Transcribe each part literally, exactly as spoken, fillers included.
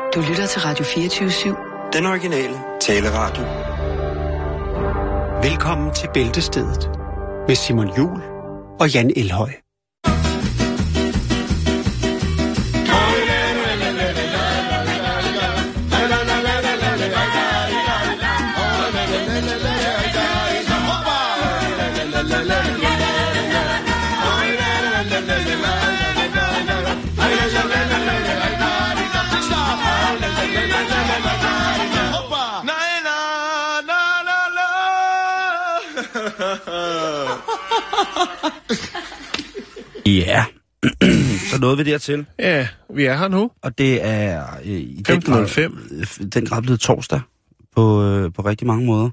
Du lytter til Radio fireogtyve syv. Den originale taleradio. Velkommen til Bæltestedet med Simon Juhl og Jan Elhøj. Ja, så nåede vi dertil. Ja, vi er her nu. Og det er øh, i femten nul fem. Den grad blevet torsdag på, øh, på rigtig mange måder.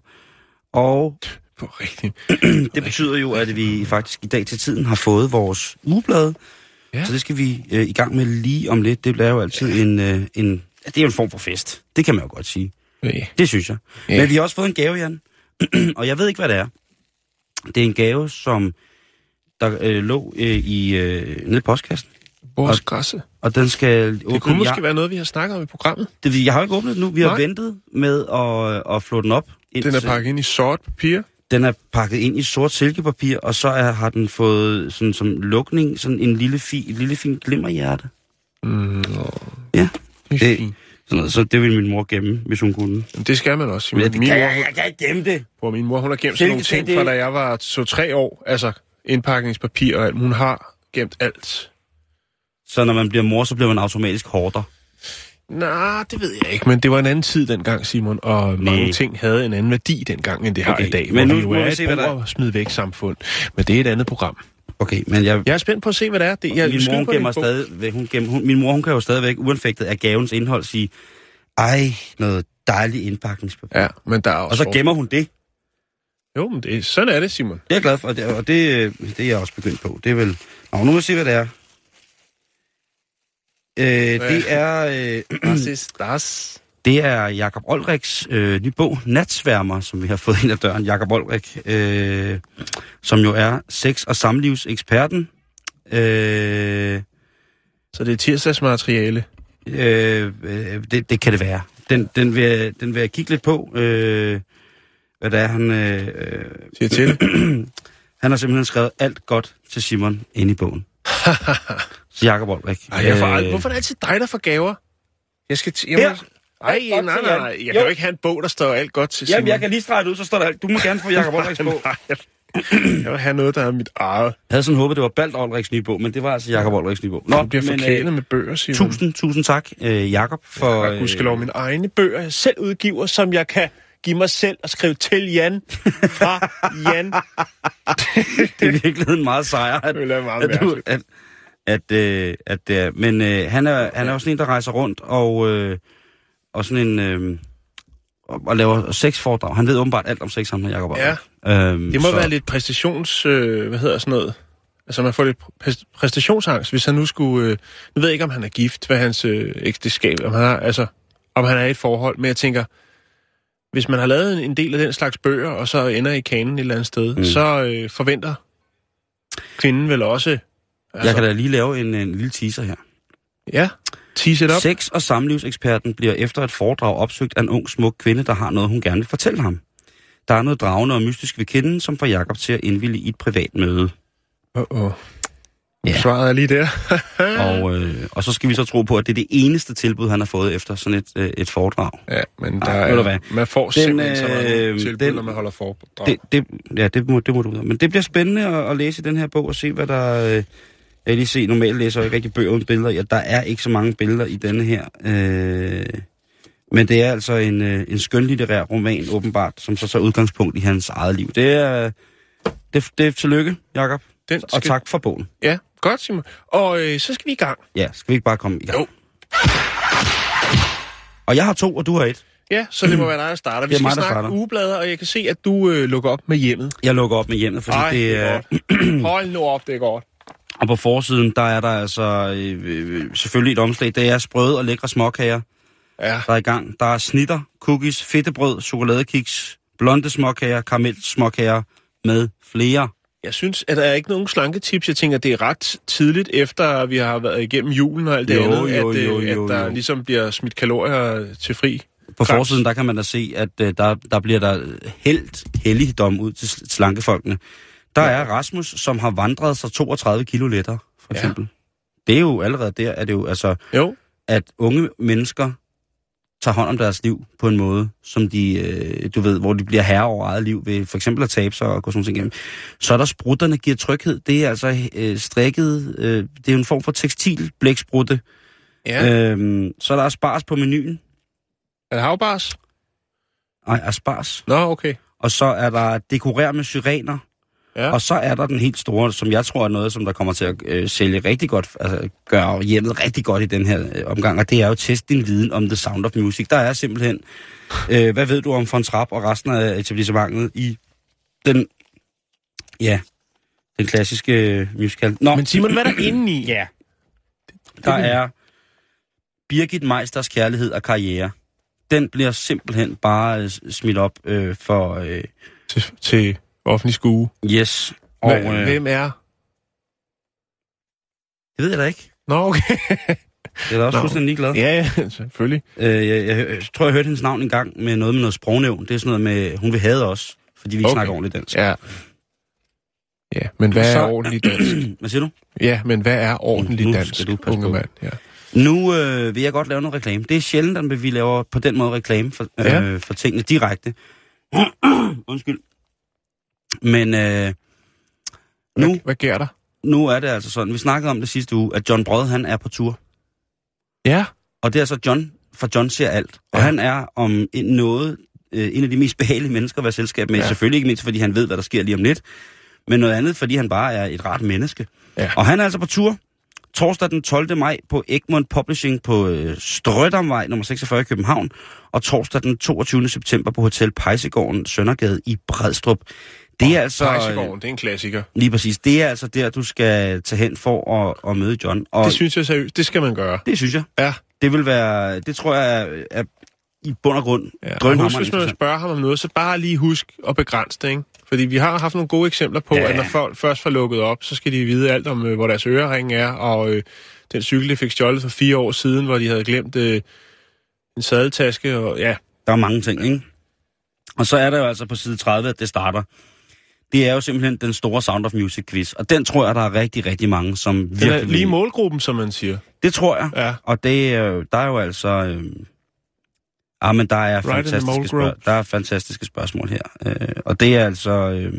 Og på rigtig. det betyder jo, at vi faktisk i dag til tiden har fået vores ugeblad. Ja. Så det skal vi øh, i gang med lige om lidt. Det bliver jo altid ja. en, øh, en... Det er jo en form for fest. Det kan man jo godt sige. Ja. Det synes jeg. Ja. Men vi har også fået en gave, Jan. Og jeg ved ikke, hvad det er. Det er en gave, som der øh, lå øh, i øh, nede i postkassen. Vores græsse. Og den skal åbne. Det kunne måske jeg, være noget, vi har snakket om i programmet. Det, jeg har ikke åbnet den nu. Vi Nej. har ventet med at, at flå den op. Den er pakket ind i sort papir. Den er pakket ind i sort silkepapir, og så er, har den fået sådan, som lukning sådan en lille, fi, et lille fin glimmerhjerte. Mm, ja, det er fint. Sådan noget, så det ville min mor gemme, hvis hun kunne. Det skal man også. Men det min kan mor, jeg, jeg kan ikke gemme det. Hvor min mor, hun har gemt sådan nogle ting fra, da jeg var to-tre år. Altså indpakningspapir og alt. Hun har gemt alt. Så når man bliver mor, så bliver man automatisk hårder? Nej, det ved jeg ikke, men det var en anden tid dengang, Simon, og Nej. mange ting havde en anden værdi dengang, end det har okay. i dag. Men nu vi jo må er vi et se, hvad der er. Smid væk samfund. Men det er et andet program. Okay, men jeg... Jeg er spændt på at se, hvad det er. Det, jeg min mor, hun gemmer stadig, hun gemmer, hun, min mor, hun kan jo stadigvæk, uanfægtet af gavens indhold, sige, ej, noget dejligt indpakningspapir. Ja, men der er også... Og så gemmer hun det. Jo, men det, sådan er det, Simon. Det er jeg glad for, og det, og det, det er jeg også begyndt på. Det er vel... Nå, nu må vi se, hvad det er. Øh, det er... Øh, das ist das. Det er Jakob Olriks øh, nye bog, Natsværmer, som vi har fået ind ad døren. Jakob Olrik, øh, som jo er sex- og samlivseksperten. Øh, Så det er tirsdagsmateriale? Øh, øh, det, det kan det være. Den, den, vil, jeg, den vil jeg kigge lidt på. Øh, hvad det er, han... Øh, Siger til. Han har simpelthen skrevet alt godt til Simon inde i bogen. Så Jakob Olrik. Ej, jeg får ald- Hvorfor er det altid dig, der får gaver? Jeg skal... T- jeg må... Ej, nej, nej, nej. Jeg jo. kan jo ikke have en bog, der står alt godt til Simon. Jamen, jeg kan lige strege det ud, så står der alt. Du må gerne få Jakob Olriks bog. Jeg vil have noget, der er mit eget. Jeg havde sådan håbet, det var Balt Olriks nye bog, men det var altså Jakob Olriks nye bog. Nå, det bliver forkælet øh, med bøger, Simon. Tusind, tusind tak, øh, Jakob, for... Jeg kan lov mine egne bøger, jeg selv udgiver, som jeg kan give mig selv og skrive til Jan fra Jan. Det er virkelig en meget sejr, at, det er meget at, du, at, at, øh, at øh, men øh, han er han er jo sådan en, der rejser rundt og øh, og sådan en øh, og, og laver sexforedrag. Han ved åbenbart alt om sex, ham, Jakob. Ja. Øhm, det må så... være lidt præstations øh, hvad hedder sådan noget. Altså man får lidt præ- præstationsangst, hvis han nu skulle øh, nu ved jeg ikke om han er gift, hvad hans øh, ægteskab, om han har altså om han er i et forhold, men jeg tænker, hvis man har lavet en del af den slags bøger, og så ender i kanen et eller andet sted, mm. så øh, forventer kvinden vel også... Altså... Jeg kan da lige lave en, en lille teaser her. Ja, tease it up. Sex- og samlivseksperten bliver efter et foredrag opsøgt af en ung, smuk kvinde, der har noget, hun gerne vil fortælle ham. Der er noget dragende og mystisk ved kvinden, som får Jakob til at indvillige i et privat møde. Åh, oh, oh. Ja. Svaret er lige der. og, øh, og så skal vi så tro på, at det er det eneste tilbud, han har fået efter sådan et, øh, et foredrag. Ja, men der Ej, er, hvad? man får simpelthen den, så meget øh, tilbud, den, når man holder foredrag. Det, det, ja, det må, det må du ud af. Men det bliver spændende at, at læse den her bog og se, hvad der... Øh, jeg lige se, normalt læser jeg ikke rigtig bøger uden billeder. Ja, der er ikke så mange billeder i denne her. Øh, men det er altså en, øh, en skønlitterær roman, åbenbart, som så tager udgangspunkt i hans eget liv. Det er... Det, det er tillykke, Jakob. Den skal... Og tak for bogen. Ja, godt, Simon. Og øh, så skal vi i gang. Ja, skal vi ikke bare komme i gang? Jo. Og jeg har to, og du har et. Ja, så det må være dig, der starter. Vi skal mig, snakke ugeblader, og jeg kan se, at du øh, lukker op med hjemmet. Jeg lukker op med hjemmet, fordi Ej, det er... Det Hold nu op, det er godt. Og på forsiden, der er der altså øh, øh, selvfølgelig et omslag. Det er sprøde og lækre småkager, ja. Der er i gang. Der er snitter, cookies, fedtebrød, chokoladekiks, blonde småkager, karamelsmåkager med flere. Jeg synes, at der er ikke nogen slanketips. Jeg tænker, det er ret tidligt, efter vi har været igennem julen og alt det jo, andet, jo, at, jo, jo, jo, at der jo. ligesom bliver smidt kalorier til fri. På forsiden, der kan man da se, at uh, der, der bliver der helt helligdom ud til slankefolkene. Der ja. er Rasmus, som har vandret sig toogtredive kilo lettere, for eksempel. Ja. Det er jo allerede der, at det jo, altså, jo. at unge mennesker tager hånd om deres liv på en måde, som de, øh, du ved, hvor de bliver herre over eget liv ved for eksempel at tabe sig og gå sådan ting igennem. Så er der sprutterne, giver tryghed. Det er altså øh, strikket, øh, det er jo en form for tekstilblæksprutte. Ja. Øhm, så er der asparges på menuen. Er det havbars? Nej, asparges. Nå, okay. Og så er der dekoreret med syrener. Ja. Og så er der den helt store, som jeg tror er noget, som der kommer til at øh, sælge rigtig godt, altså gøre hjemmet rigtig godt i den her øh, omgang, og det er jo test din viden om The Sound of Music. Der er simpelthen, øh, hvad ved du om Von Trapp og resten af etablissementet i den, ja, den klassiske øh, musical. Nå. Men Simon, hvad er der inde i? Ja. Der er Birgit Meisters kærlighed og karriere. Den bliver simpelthen bare øh, smidt op øh, for... Øh, til, til offentlig skue. Yes. Og, Hvem, øh, hvem er? Det ved jeg da ikke. Nå, okay. Jeg er da også fuldstændig ligeglad. Ja, ja, selvfølgelig. Øh, jeg, jeg, jeg tror, jeg hørte hendes navn en gang med noget med noget sprognævn. Det er sådan noget med, hun vil hade os, fordi vi ikke okay. snakker ordentligt dansk. Ja. Ja, men hvad Så, er ordentligt dansk? Hvad siger du? Ja, men hvad er ordentligt dansk, unge mand? Ja. Nu øh, vil jeg godt lave noget reklame. Det er sjældent, at vi laver på den måde reklame for, øh, ja. for tingene direkte. Undskyld. Men øh, nu, hvad, hvad sker der? Nu er det altså sådan, vi snakkede om det sidste uge, at John Brød, han er på tur. Ja. Og det er så John, for John ser alt. Og ja. han er om en, noget, øh, en af de mest behagelige mennesker at være selskab med. Ja. Selvfølgelig ikke mindst, fordi han ved, hvad der sker lige om lidt. Men noget andet, fordi han bare er et rart menneske. Ja. Og han er altså på tur. Torsdag den tolvte maj på Egmont Publishing på øh, Strøttervej nummer seksogfyrre i København. Og torsdag den toogtyvende september på Hotel Pejsegården Søndergade i Brædstrup. Det er oh, altså... Pejsegården, det er en klassiker. Lige præcis. Det er altså der, du skal tage hen for at, at møde John. Og det synes jeg seriøst. Det skal man gøre. Det synes jeg. Ja. Det vil være... Det tror jeg er, er i bund og grund... Ja. Og husk, hvis man spørger ham om noget, så bare lige husk at begrænse det, ikke? Fordi vi har haft nogle gode eksempler på, ja. at når folk først får lukket op, så skal de vide alt om, hvor deres ørering er, og øh, den cykel, de fik stjålet for fire år siden, hvor de havde glemt øh, en sadeltaske, og ja. Der er mange ting, ikke? Og så er der jo altså på side tredive, at det starter. Det er jo simpelthen den store Sound of Music quiz, og den tror jeg, der er rigtig, rigtig mange, som virkelig... Det er lige målgruppen, som man siger. Det tror jeg, ja. Og det er der er jo altså... Øh, ah, men der er, right fantastiske spørg- der er fantastiske spørgsmål her. Øh, og det er altså... Øh,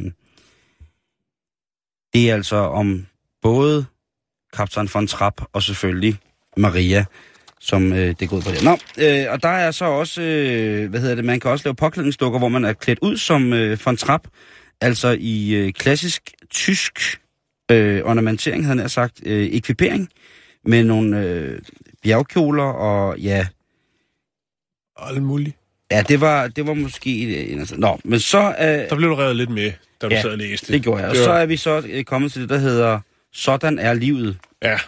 det er altså om både kaptajn von Trapp og selvfølgelig Maria, som øh, det går ud på det. Nå, øh, og der er så også... Øh, hvad hedder det? Man kan også lave påklædningsdukker, hvor man er klædt ud som øh, von Trapp. Altså i øh, klassisk tysk øh, ornamentering, havde jeg sagt, øh, ekvipering, med nogle øh, bjergkjoler og ja... Alt muligt. Ja, det var, det var måske... En, altså, nå, men så... Øh, der blev du revet lidt med, da du ja, sad og læste. Det gjorde jeg. Og så er vi så øh, kommet til det, der hedder Sådan er livet. Ja.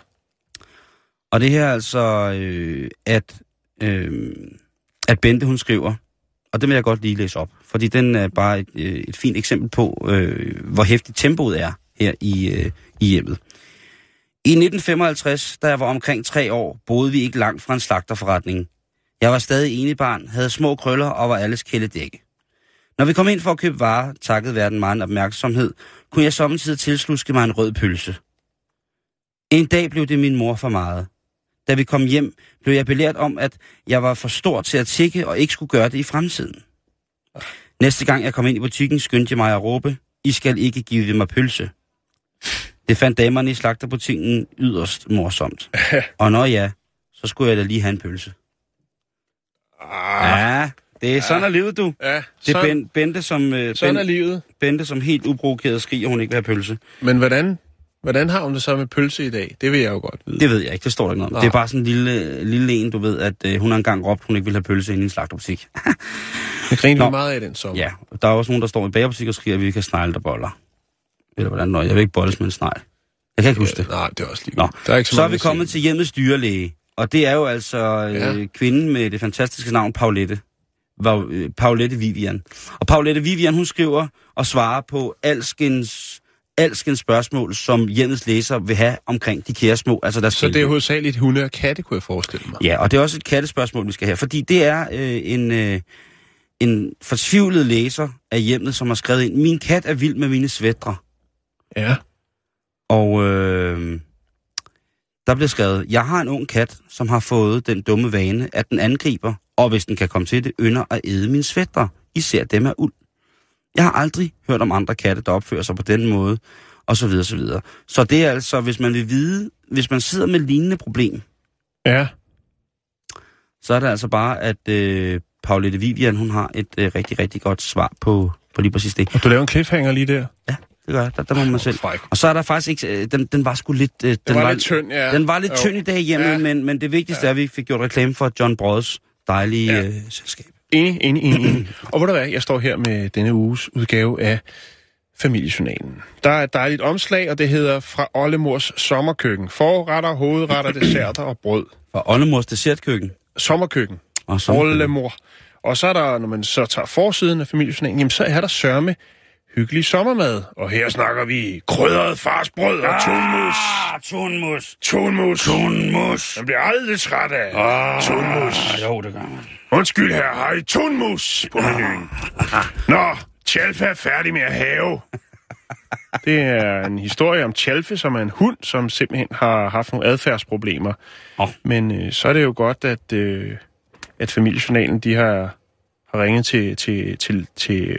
Og det her er altså, øh, at, øh, at Bente, hun skriver, og det vil jeg godt lige læse op, fordi den er bare et, et fint eksempel på, øh, hvor hæftigt tempoet er her i, øh, i hjemmet. I nitten femoghalvtreds, da jeg var omkring tre år, boede vi ikke langt fra en slagterforretning. Jeg var stadig enig barn, havde små krøller og var alles kæledække. Når vi kom ind for at købe varer, takket være den meget opmærksomhed, kunne jeg samtidig tilsluske mig en rød pølse. En dag blev det min mor for meget. Da vi kom hjem, blev jeg belært om, at jeg var for stor til at tikke og ikke skulle gøre det i fremtiden. Næste gang jeg kom ind i butikken, skyndte jeg mig at råbe, I skal ikke give mig pølse. Det fandt damerne i slagterbutikken yderst morsomt. Og når ja, så skulle jeg da lige have en pølse. Ja, det er sådan er livet, du. Ja, det er ben, Bente, som, uh, sådan er livet. Bente, som helt uprovokeret skriger, hun ikke vil have pølse. Men hvordan... Hvordan har hun det så med pølse i dag? Det vil jeg jo godt vide. Det ved jeg ikke, det står der ikke noget om. Det er bare sådan en lille, lille en, du ved, at øh, hun har engang råbt, hun ikke vil have pølse inde i en slagterbutik. Det griner vi meget af den sommer. Ja, der er også nogen, der står i bagerbutik og skriger, at vi kan snegle der boller. Eller hvordan? Nå, jeg vil ikke bolles med en snegl. Jeg kan ikke huske det. Nej, det er også lige. Nå. Der er ikke så, så er vi kommet til hjemmets dyrlæge. Og det er jo altså øh, ja. kvinden med det fantastiske navn Paulette. Var, øh, Paulette Vivian. Og Paulette Vivian, hun skriver og svarer på alskens alskens spørgsmål, som hjemmets læser vil have omkring de kære små. Altså, der så det er hovedsageligt hunde og katte, kunne jeg forestille mig. Ja, og det er også et kattespørgsmål, vi skal have. Fordi det er øh, en, øh, en fortvivlet læser af hjemmet, som har skrevet ind, min kat er vild med mine svætre. Ja. Og øh, der bliver skrevet, jeg har en ung kat, som har fået den dumme vane, at den angriber, og hvis den kan komme til det, ynder at æde mine svætre, især dem af uld. Jeg har aldrig hørt om andre katte, der opfører sig på den måde, og så videre, så videre. Så det er altså, hvis man vil vide, hvis man sidder med lignende problem, ja, så er det altså bare, at øh, Paulette Vivian, hun har et øh, rigtig, rigtig godt svar på, på lige præcis det. Og du laver en cliffhanger lige der? Ja, det gør jeg. Der, der må man selv. Fræk. Og så er der faktisk ikke, øh, den, den var sgu lidt... Øh, den, den var, var lidt tynd, ja. Den var lidt jo. tynd i dag hjemme, ja. men, men det vigtigste ja. er, at vi fik gjort reklame for John Brods dejlige ja. øh, selskab. Enig, enig, enig, enig. Og ved du hvad, jeg står her med denne uges udgave af Familiejournalen. Der er et dejligt omslag, og det hedder Fra Ollemors sommerkøkken. Forretter, hovedretter, desserter og brød. Fra Ollemors dessertkøkken? Sommerkøkken. Og sommerkøkken. Ollemor. Og så er der, når man så tager forsiden af Familiejournalen, jamen så er der sørme hyggelig sommermad. Og her snakker vi krydret farsbrød og tunmus. Ah, tunmus. Tunmus. Tunmus. Man bliver aldrig træt af ah, tunmus. Jo, det gør man. Undskyld her, har I tunmus på menuen? Nå, Chalfe er færdig med at have. Det er en historie om Chalfe, som er en hund, som simpelthen har haft nogle adfærdsproblemer. Oh. Men øh, så er det jo godt, at, øh, at Familiejournalen, de har, har ringet til, til, til, til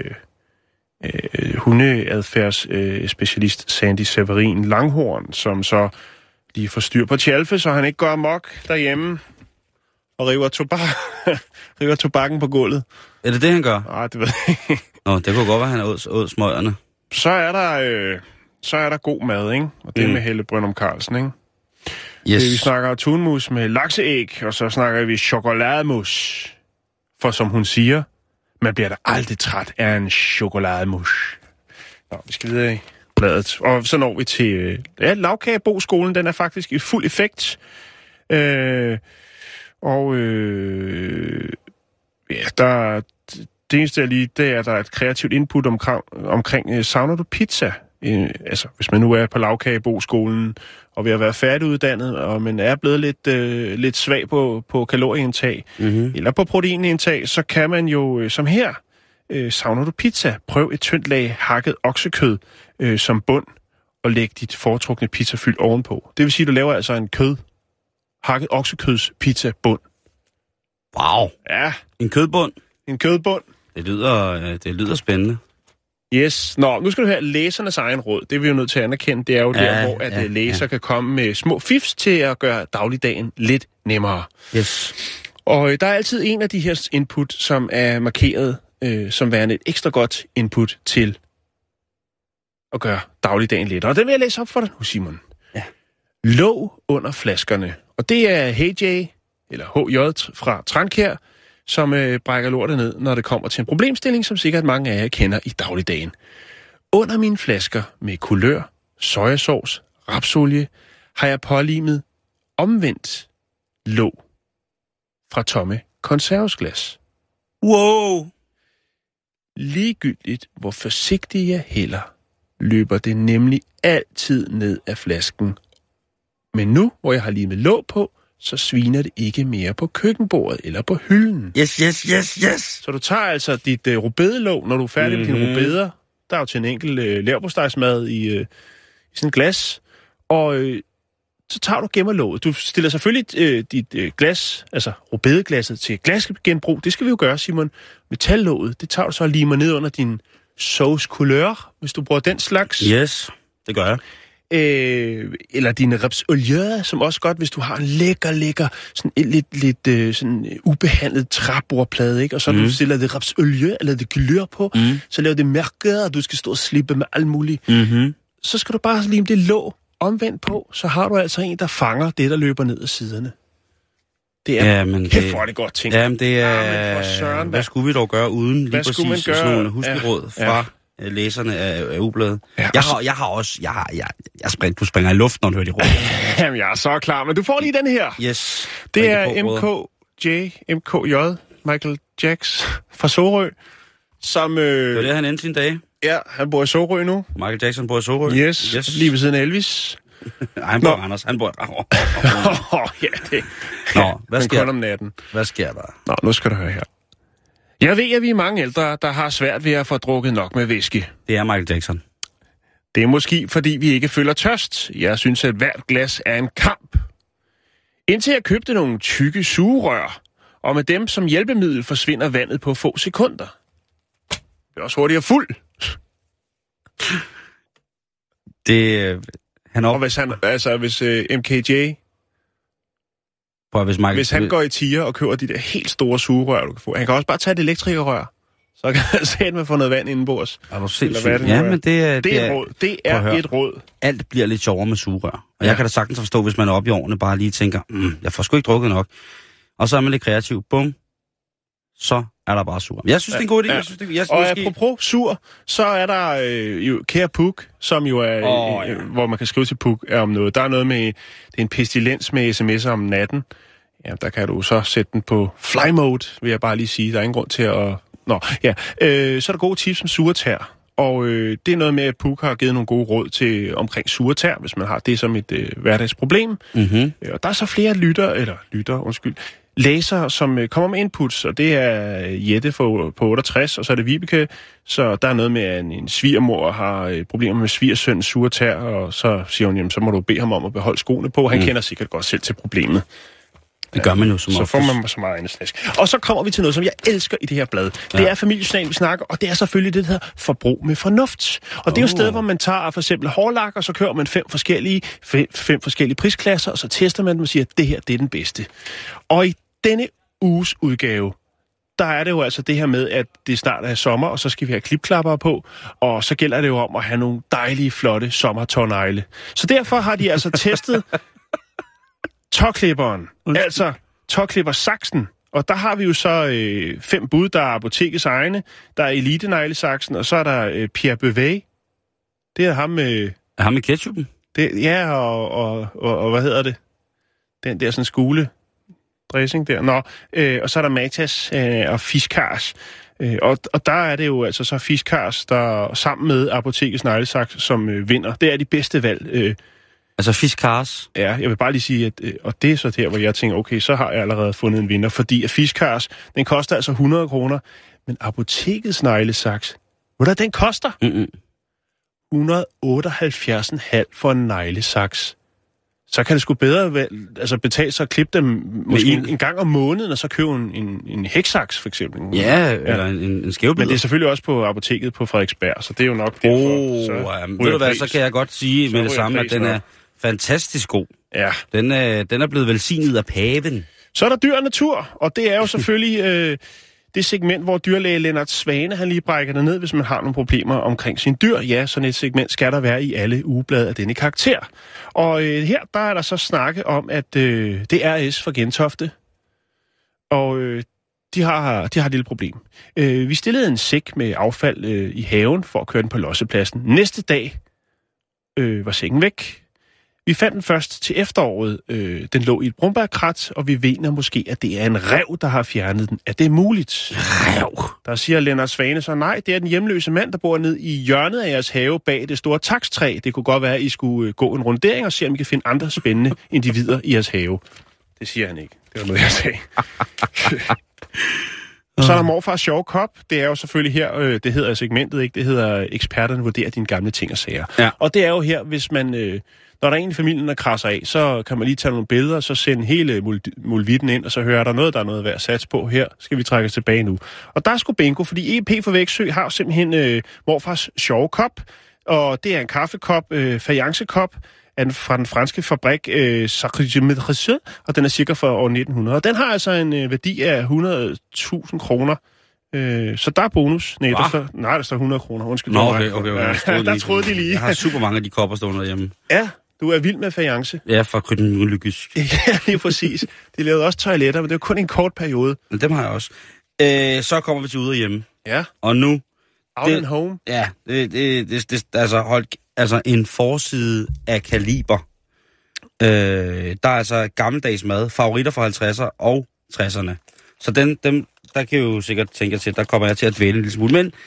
øh, hundeadfærdsspecialist øh, Sandy Severin Langhorn, som så lige får styr på Chalfe, så han ikke går amok derhjemme og river, tobak, river tobakken på gulvet. Er det det, han gør? Nej, det ved jeg ikke. Nå, det kunne godt være, at han åd, åd smøgerne. Så er der, øh, så er der god mad, ikke? Og det er mm. med Helle Brøndum Carlsen, ikke? Yes. Det, vi snakker tunmus med lakseæg, og så snakker vi chokolademus. For som hun siger, man bliver da aldrig træt af en chokolademus. Nå, vi skal videre i bladet. Og så når vi til ja, Lagkageboskolen. Den er faktisk i fuld effekt. Øh, og øh, ja, der... Det eneste, jeg lige, det er, at der er et kreativt input omkring, omkring uh, savner du pizza? Uh, altså, hvis man nu er på Lagkageboskolen, og vi har været færdiguddannet, og man er blevet lidt, uh, lidt svag på, på kalorieindtag, mm-hmm. eller på proteinindtag, så kan man jo, uh, som her, uh, savner du pizza? Prøv et tyndt lag hakket oksekød uh, som bund, og læg dit foretrukne pizzafyld ovenpå. Det vil sige, at du laver altså en kød, hakket oksekøds pizza bund. Wow! Ja. En kødbund? En kødbund. Det lyder, det lyder spændende. Yes. Nå, nu skal du have læsernes egen råd. Det er vi jo nødt til at anerkende. Det er jo ja, der, hvor at ja, læser ja. kan komme med små fifs til at gøre dagligdagen lidt nemmere. Yes. Og øh, der er altid en af de her input, som er markeret øh, som værende et ekstra godt input til at gøre dagligdagen lettere. Og den vil jeg læse op for dig nu, Simon. Ja. Låg under flaskerne. Og det er Hey J, eller H J fra Trankær, som øh, brækker lortet ned, når det kommer til en problemstilling, som sikkert mange af jer kender i dagligdagen. Under mine flasker med kulør, sojasauce, rapsolie, har jeg pålimet omvendt låg fra tomme konservesglas. Wow! Ligegyldigt, hvor forsigtig jeg hælder, løber det nemlig altid ned af flasken. Men nu, hvor jeg har limet låg på, så sviner det ikke mere på køkkenbordet eller på hylden. Yes, yes, yes, yes. Så du tager altså dit uh, rubedelåg, når du er færdig mm-hmm. med dine rubeder. Der er jo til en enkelt uh, leverpostejsmad i, uh, i sådan et glas. Og uh, så tager du gemmer låget. Du stiller selvfølgelig uh, dit uh, glas, altså rubedeglasset, til glasgenbrug. Det skal vi jo gøre, Simon. Metallåget, det tager du så og limer ned under din sauce couleur, hvis du bruger den slags. Yes, det gør jeg. Øh, eller dine repsolie, som også godt, hvis du har en lækker, lækker, sådan en lidt, lidt øh, sådan ubehandlet træbordplade, ikke? Og så mm. du stiller det repsolie, eller det glør på, mm. så laver det mærker, og du skal stå og slippe med alt muligt. Mm-hmm. Så skal du bare lime det låg omvendt på, så har du altså en, der fanger det, der løber ned ad siderne. Det er ja, men kæft, det, hvor er det godt ting. Jamen, det er... Ja, men for søren, hvad skulle vi dog gøre uden hvad lige præcis sådan nogle huskeråd ja, fra... Ja. Læserne af, af ubladet. Ja, jeg, har, jeg har også... Jeg har, jeg, jeg spring, du springer i luften, når du hører de råd. Jamen, jeg er så klar, men du får lige den her. Yes. Det er M K J, M K J, Michael Jacks fra Sorø, som... Øh, det var det, han endte sine dage. Ja, han bor i Sorø nu. Michael Jackson bor i Sorø. Yes, yes. Lige ved siden af Elvis. Nej, han bor i Randers. Han bor i Randers. ja, det. Nå, hvad sker der? om natten. Hvad sker der? Nå, nu skal du høre her. Jeg ved, at vi er mange ældre, der har svært ved at få drukket nok med whisky. Det er Michael Jackson. Det er måske, fordi vi ikke føler tørst. Jeg synes, at hvert glas er en kamp. Indtil jeg købte nogle tykke sugerør, og med dem som hjælpemiddel forsvinder vandet på få sekunder. Det er også hurtigere fuld. Det... Han op... Og hvis han, altså hvis uh, M K J... Prøv, hvis, Michael... hvis han går i tier og køber de der helt store sugerør, du kan få. Han kan også bare tage et elektrikerrør. Så kan han sætte med få noget vand indenbords. Er du sindssygt? Ja, men det er... Det er et råd. Det er et råd. Alt bliver lidt sjovere med sugerør. Og ja. Jeg kan da sagtens forstå, hvis man er oppe i årene, bare lige tænker, mm, jeg får sgu ikke drukket nok. Og så er man lidt kreativ. Bum. Så er der bare sur. Jeg synes, ja. det er en god idé. Ja. Jeg synes, det, jeg, og måske... apropos sur, så er der øh, jo Kære Puk, som jo er, oh, ja. øh, hvor man kan skrive til Puk om noget. Der er noget med, det er en pestilens med sms'er om natten. Ja, der kan du så sætte den på fly mode, vil jeg bare lige sige. Der er ingen grund til at... Nå, ja. Øh, så er der gode tips om suretær. Og øh, det er noget med, at Puk har givet nogle gode råd til omkring suretær, hvis man har det som et øh, hverdagsproblem. Mm-hmm. Og der er så flere lytter, eller lytter, undskyld, læsere, som øh, kommer med inputs, og det er Jette for, på otteogtres, og så er det Vibeke, så der er noget med, at en, en svigermor har øh, problemer med svigersøns suretær, og så siger hun, jamen, så må du bede ham om at beholde skoene på. Han mm. kender sikkert godt selv til problemet. Det gør man jo som Så oftest. får man så meget andesnask. Og så kommer vi til noget, som jeg elsker i det her blad. Det ja. er familiejournal, vi snakker, og det er selvfølgelig det, der hedder forbrug med fornuft. Og det er jo et sted, hvor man tager for eksempel hårlak, og så kører man fem forskellige, fem, fem forskellige prisklasser, og så tester man dem og siger, at det her, det er den bedste. Og i denne uges udgave, der er det jo altså det her med, at det snart er sommer, og så skal vi have klipklapper på, og så gælder det jo om at have nogle dejlige, flotte sommertårnegle. Så derfor har de altså testet tåklipperen, altså tåklippersaksen. Og der har vi jo så øh, fem bud. Der er apotekets egne, der er elite-neglesaksen, og så er der øh, Pierre Beuvet. Det er ham med... Er ham med ketchupen? Det, ja, og, og, og, og hvad hedder det? Den der sådan skule dressing der. Nå, øh, og så er der Matas øh, og Fiskars. Øh, og, og der er det jo altså så Fiskars, der sammen med apotekets neglesaks, som øh, vinder. Det er de bedste valg. Øh, Altså Fiskars? Ja, jeg vil bare lige sige, at øh, og det er så der, hvor jeg tænker, okay, så har jeg allerede fundet en vinder, fordi at Fiskars, den koster altså hundrede kroner, men apotekets neglesaks, hvad den koster? Mm-mm. et hundrede og otteoghalvfjerds komma fem for en neglesaks. Så kan det sgu bedre altså betale sig at klippe dem måske en, en gang om måneden, og så købe en, en, en heksaks, for eksempel. Ja, ja. Eller en, en skævbider. Men det er selvfølgelig også på apoteket på Frederiksberg, så det er jo nok derfor. Åh, oh, ved du hvad, så kan jeg godt sige så med det samme, at den er fantastisk god. Ja. Den er, den er blevet velsignet af paven. Så er der dyr og natur, og det er jo selvfølgelig øh, det segment, hvor dyrlæge Lennart Svane, han lige brækker det ned, hvis man har nogle problemer omkring sin dyr. Ja, sådan et segment skal der være i alle ugeblade af denne karakter. Og øh, her, der er der så snakke om, at øh, det er R S for Gentofte, og øh, de, har, de har et lille problem. Øh, vi stillede en sæk med affald øh, i haven for at køre den på lossepladsen. Næste dag øh, var sækken væk. Vi fandt den først til efteråret. Øh, den lå i et brumbærkrat, og vi mener måske, at det er en ræv, der har fjernet den. Er det muligt? Ræv? Der siger Lennart Svane så, nej, det er den hjemløse mand, der bor ned i hjørnet af jeres have bag det store takstræ. Det kunne godt være, at I skulle gå en rundering og se, om I kan finde andre spændende individer i jeres have. Det siger han ikke. Det var noget, jeg sagde. Så er der morfars sjove kop. Det er jo selvfølgelig her, øh, det hedder segmentet, ikke? Det hedder eksperterne vurderer dine gamle ting og sager. Ja. Og det er jo her, hvis man... Øh, Når der er en i familien, der krasser af, så kan man lige tage nogle billeder, så sende hele mulvitten ind, og så hører der noget, der er noget værd at satse på. Her skal vi trække os tilbage nu. Og der er sgu bingo, fordi E P for Væksø har simpelthen øh, morfars sjove kop, og det er en kaffekop, øh, fajancekop, fra den franske fabrik øh, Sacré, og den er cirka fra år nitten hundrede. Og den har altså en øh, værdi af hundrede tusind kroner. Øh, så der er bonus. Nej, der står, nej, der står hundrede kroner. Undskyld. Nå, okay, okay. okay. Ja, der troede de lige. Jeg har super mange af de kopper stående derhjemme. Ja. Du er vild med fajance. Ja, fra Krytten-Lykkes. Ja, lige præcis. De lavede også toiletter, men det var kun en kort periode. Men dem har jeg også. Øh, så kommer vi til ude og hjemme. Ja. Og nu... Out det, and home. Ja, det, det, det, det, altså, hold, altså en forside af kaliber. Øh, der er altså gammeldags mad, favoritter fra halvtredserne og tresserne. Så den, dem, der kan jeg jo sikkert tænke til, der kommer jeg til at dvæle en lille smule. Men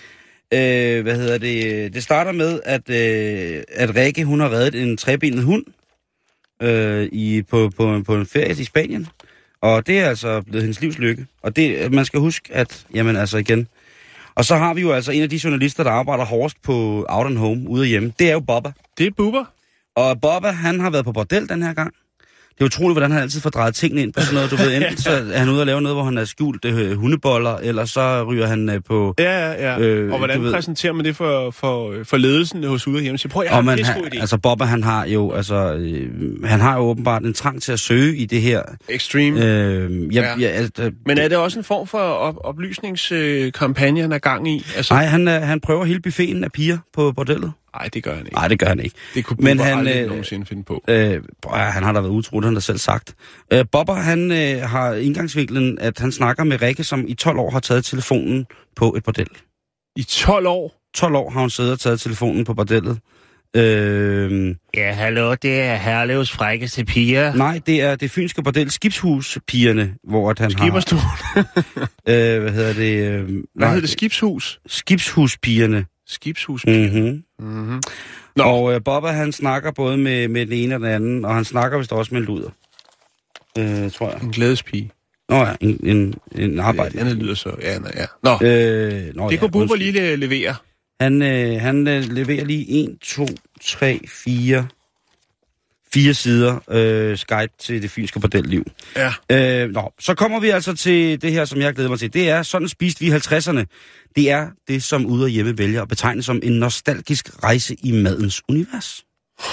Øh, hvad hedder det? Det starter med, at, øh, at Rikke, hun har reddet en trebenet hund øh, i, på, på, på en ferie i Spanien. Og det er altså blevet hendes livs lykke. Og det, man skal huske, at, jamen altså igen... Og så har vi jo altså en af de journalister, der arbejder hårdest på Out and Home, ude og hjemme. Det er jo Bubba. Det er Bubba. Og Bubba, han har været på bordel den her gang. Det er utroligt, hvordan han altid får drejet tingene ind på sådan noget. Du ved, enten så er han ude og lave noget, hvor han har skjult øh, hundeboller, eller så ryger han øh, på... Ja, ja, ja. Øh, og hvordan præsenterer man det for, for, for ledelsen hos ude og hjemme? Så prøv, jeg har en pissegod idé. Altså, Bubba, han har jo, altså, øh, han har jo åbenbart en trang til at søge i det her... Extreme. Øh, ja, ja. Ja, altså, Men er det også en form for op- oplysningskampagne, han er gang i? Altså... Nej, han, han prøver hele buffeten af piger på bordellet. Nej, det gør han ikke. Nej, det gør han ikke. Det kunne Bubba aldrig øh, nogensinde finde på. Øh, han har da været utro, det han da selv sagt. Øh, Bubba, han øh, har indgangsvinklen, at han snakker med Rikke, som i tolv år har taget telefonen på et bordel. I tolv år? tolv år har hun siddet og taget telefonen på bordellet. Øh, ja, hallo, det er Herlevs frækkeste piger. Nej, det er det fynske bordel Skibshus-pigerne, hvor at han Skipperstuen. har... øh, hvad hedder det? Øh, hvad nej, hedder det? Skibshus? Skibshus-pigerne. Skibshuspigerne. Mhm. Mhm. Og øh, Bubba, han snakker både med, med den ene og den anden, og han snakker vist også med en luder. Øh, tror jeg. En glædespige. Nå ja, en, en, en arbejde. Det andet lyder så, ja, nej, ja. Nå, øh, nå det ja, kunne Bubba lige levere. Han, øh, han øh, leverer lige en, to, tre, fire, fire sider øh, guide til det fynske bordelliv. Ja. Øh, nå, så kommer vi altså til det her, som jeg glæder mig til. Det er, sådan spiste vi i halvtredserne. Det er det, som ude og hjemme vælger at betegne som en nostalgisk rejse i madens univers.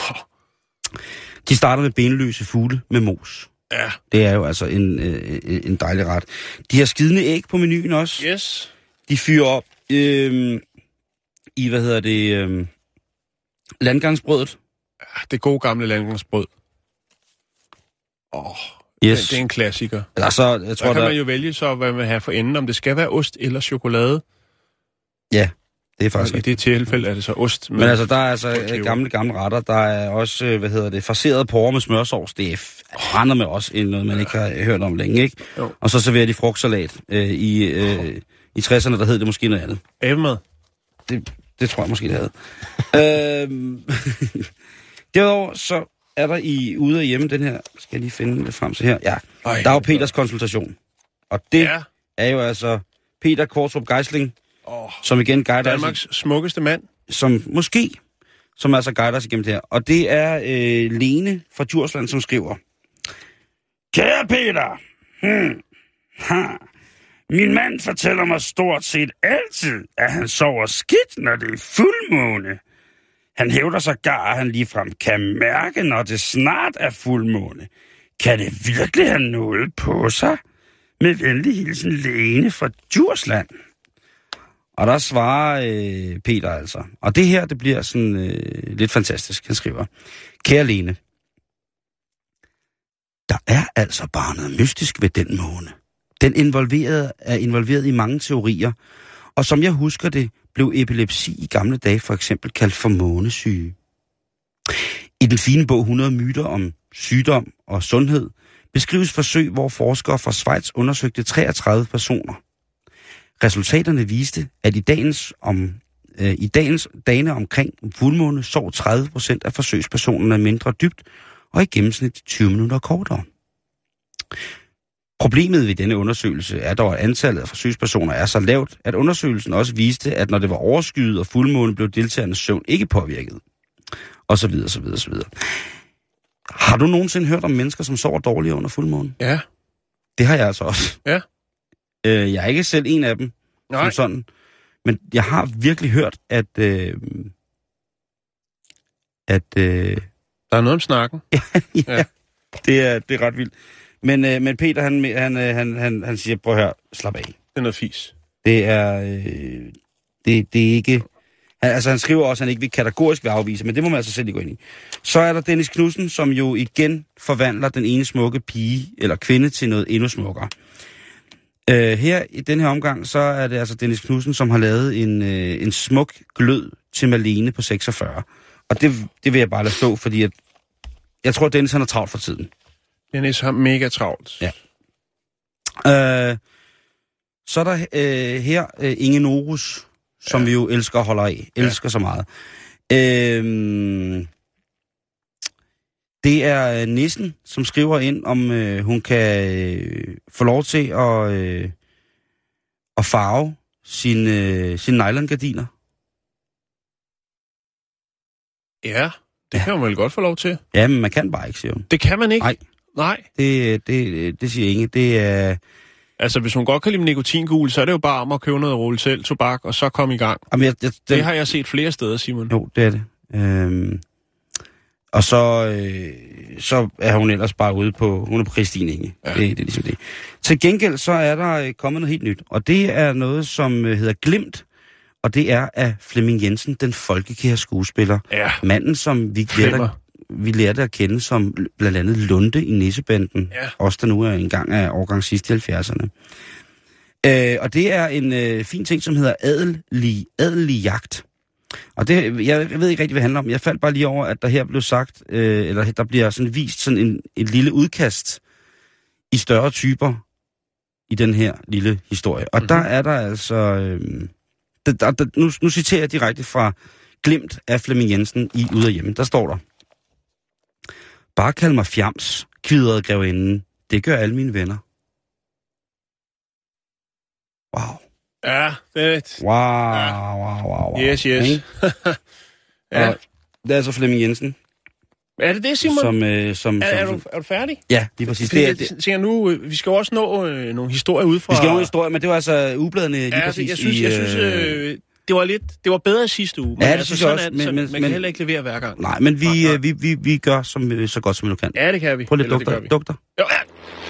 De starter med benløse fugle med mos. Ja. Det er jo altså en, øh, en dejlig ret. De har skidende æg på menuen også. Yes. De fyrer op øh, i, hvad hedder det, øh, landgangsbrødet. Ja, det gode gamle landgangsbrød. Åh, oh, yes. det, det er en klassiker. Altså, jeg tror, der kan der... man jo vælge så, hvad man vil have for enden, om det skal være ost eller chokolade. Ja, det er faktisk... Og i det tilfælde er det så ost. Men altså, der er altså gamle, gamle retter. Der er også, hvad hedder det, farserede porre med smørsovs. Det er andre med også en noget, man ikke har hørt om længe, ikke? Jo. Og så serverer de frugtsalat. Øh, i, øh, I tresserne, der hed det måske noget andet. Æblemad? Det, det tror jeg måske, det havde. øhm, Derudover så er der i ude og hjemme den her... Skal jeg lige finde det frem til her? Ja, Ej, der er jo Peters konsultation. Og det ja. er jo altså Peter Kortrup Geisling, oh, som igen guider Danmarks os, smukkeste mand. Som måske, som altså guider os igennem det her. Og det er øh, Lene fra Djursland, som skriver: Kære Peter, hmm, ha. Min mand fortæller mig stort set altid, at han sover skidt, når det er fuldmåne. Han hævder sågar, at han ligefrem kan mærke, når det snart er fuldmåne. Kan det virkelig have noget på sig? Med venlig hilsen Lene fra Djursland. Og der svarer øh, Peter altså. Og det her, det bliver sådan øh, lidt fantastisk. Han skriver: Kære Lene, der er altså bare noget mystisk ved den måne. Den involverede, er involveret i mange teorier, og som jeg husker det, blev epilepsi i gamle dage for eksempel kaldt for månesyge. I den fine bog hundrede myter om sygdom og sundhed beskrives forsøg, hvor forskere fra Schweiz undersøgte treogtredive personer. Resultaterne viste, at i dagens, om, øh, i dagens dage omkring fuldmåne sov tredive procent af forsøgspersonerne mindre dybt og i gennemsnit tyve minutter kortere. Problemet ved denne undersøgelse er dog, at antallet af forsøgspersoner er så lavt, at undersøgelsen også viste, at når det var overskyet og fuldmåne, blev deltagernes søvn ikke påvirket. Og så videre, så videre, så videre. Har du nogensinde hørt om mennesker, som sover dårligere under fuldmåne? Ja. Det har jeg altså også. Ja. Øh, jeg er ikke selv en af dem, Nej. som sådan. Men jeg har virkelig hørt, at... Øh, at øh, der er noget om snakken. ja, ja, ja. Det, er, det er ret vildt. Men, øh, men Peter, han, han, han, han, han siger, prøv at høre, slap af. Det er noget fis. Det er... Øh, det, det er ikke... Han, altså, han skriver også, at han ikke vil kategorisk vil afvise, men det må man altså selv lige gå ind i. Så er der Dennis Knudsen, som jo igen forvandler den ene smukke pige eller kvinde til noget endnu smukkere. Øh, her i den her omgang, så er det altså Dennis Knudsen, som har lavet en, øh, en smuk glød til Malene på seksogfyrre. Og det, det vil jeg bare lade stå, fordi at, jeg tror, at Dennis han er travlt for tiden. Dennis har mega travlt. Ja. Øh, så er der øh, her øh, Inge Norus, som ja. vi jo elsker og holder af. Elsker ja. så meget. Øhm, det er Nissen, som skriver ind, om øh, hun kan øh, få lov til at, øh, at farve sine, øh, sine nylon-gardiner. Ja, det ja. kan man vel godt få lov til. Ja, men man kan bare ikke, siger hun. Det kan man ikke? Nej. Nej. Det, det, det siger Inge. Det er... Altså, hvis hun godt kan lide nikotingul, så er det jo bare om at købe noget rulle selv tobak, og så komme i gang. Jamen, jeg, jeg, det, det har jeg set flere steder, Simon. Jo, det er det. Øhm, og så, øh, så er hun ellers bare ude på... Hun er på Christine Inge. Ja. Det, det er ligesom det. Til gengæld så er der kommet noget helt nyt, og det er noget, som hedder Glimt, og det er af Flemming Jensen, den folkekære skuespiller. Ja. Manden, som vi lærte, vi lærte at kende som blandt andet Lunde i Nissebanden. Ja. Også der nu er en gang af årgang sidst i halvfjerdserne. Øh, og det er en øh, fin ting, som hedder adelig, adelig jagt. Og det, jeg, jeg ved ikke rigtig, hvad det handler om. Jeg faldt bare lige over, at der her blev sagt, øh, eller der bliver sådan vist sådan en, et lille udkast i større typer i den her lille historie. Og mm-hmm. der er der altså... Øh, der, der, der, nu, nu citerer jeg direkte fra Glimt af Flemming Jensen i Ude af Hjemme. Der står der: bare kald mig fjams, kvidrede grevinden. Det gør alle mine venner. Wow. Ja, fedt. Wow, ja. wow, wow, wow. Yes, yes. ja. Og det er altså Flemming Jensen. Er det det, Simon? Som, øh, som, er, som, er, du, er du færdig? Ja, det er præcis. Det, det, det, det. Jeg nu, vi skal jo også nå øh, nogle historier ud fra... Vi skal nå nogle historier, men det var altså ugebladene lige ja, præcis. Jeg synes, i, jeg synes øh, det var lidt, det var bedre sidste uge. Men ja, det altså, synes sådan jeg også. Er, men, så, men, man kan men, heller ikke levere hver gang. Nej, men vi, nej, nej. vi, vi, vi gør som, så godt, som vi nu kan. Ja, det kan vi. Prøv lidt dugter. dugter. Jo, ja.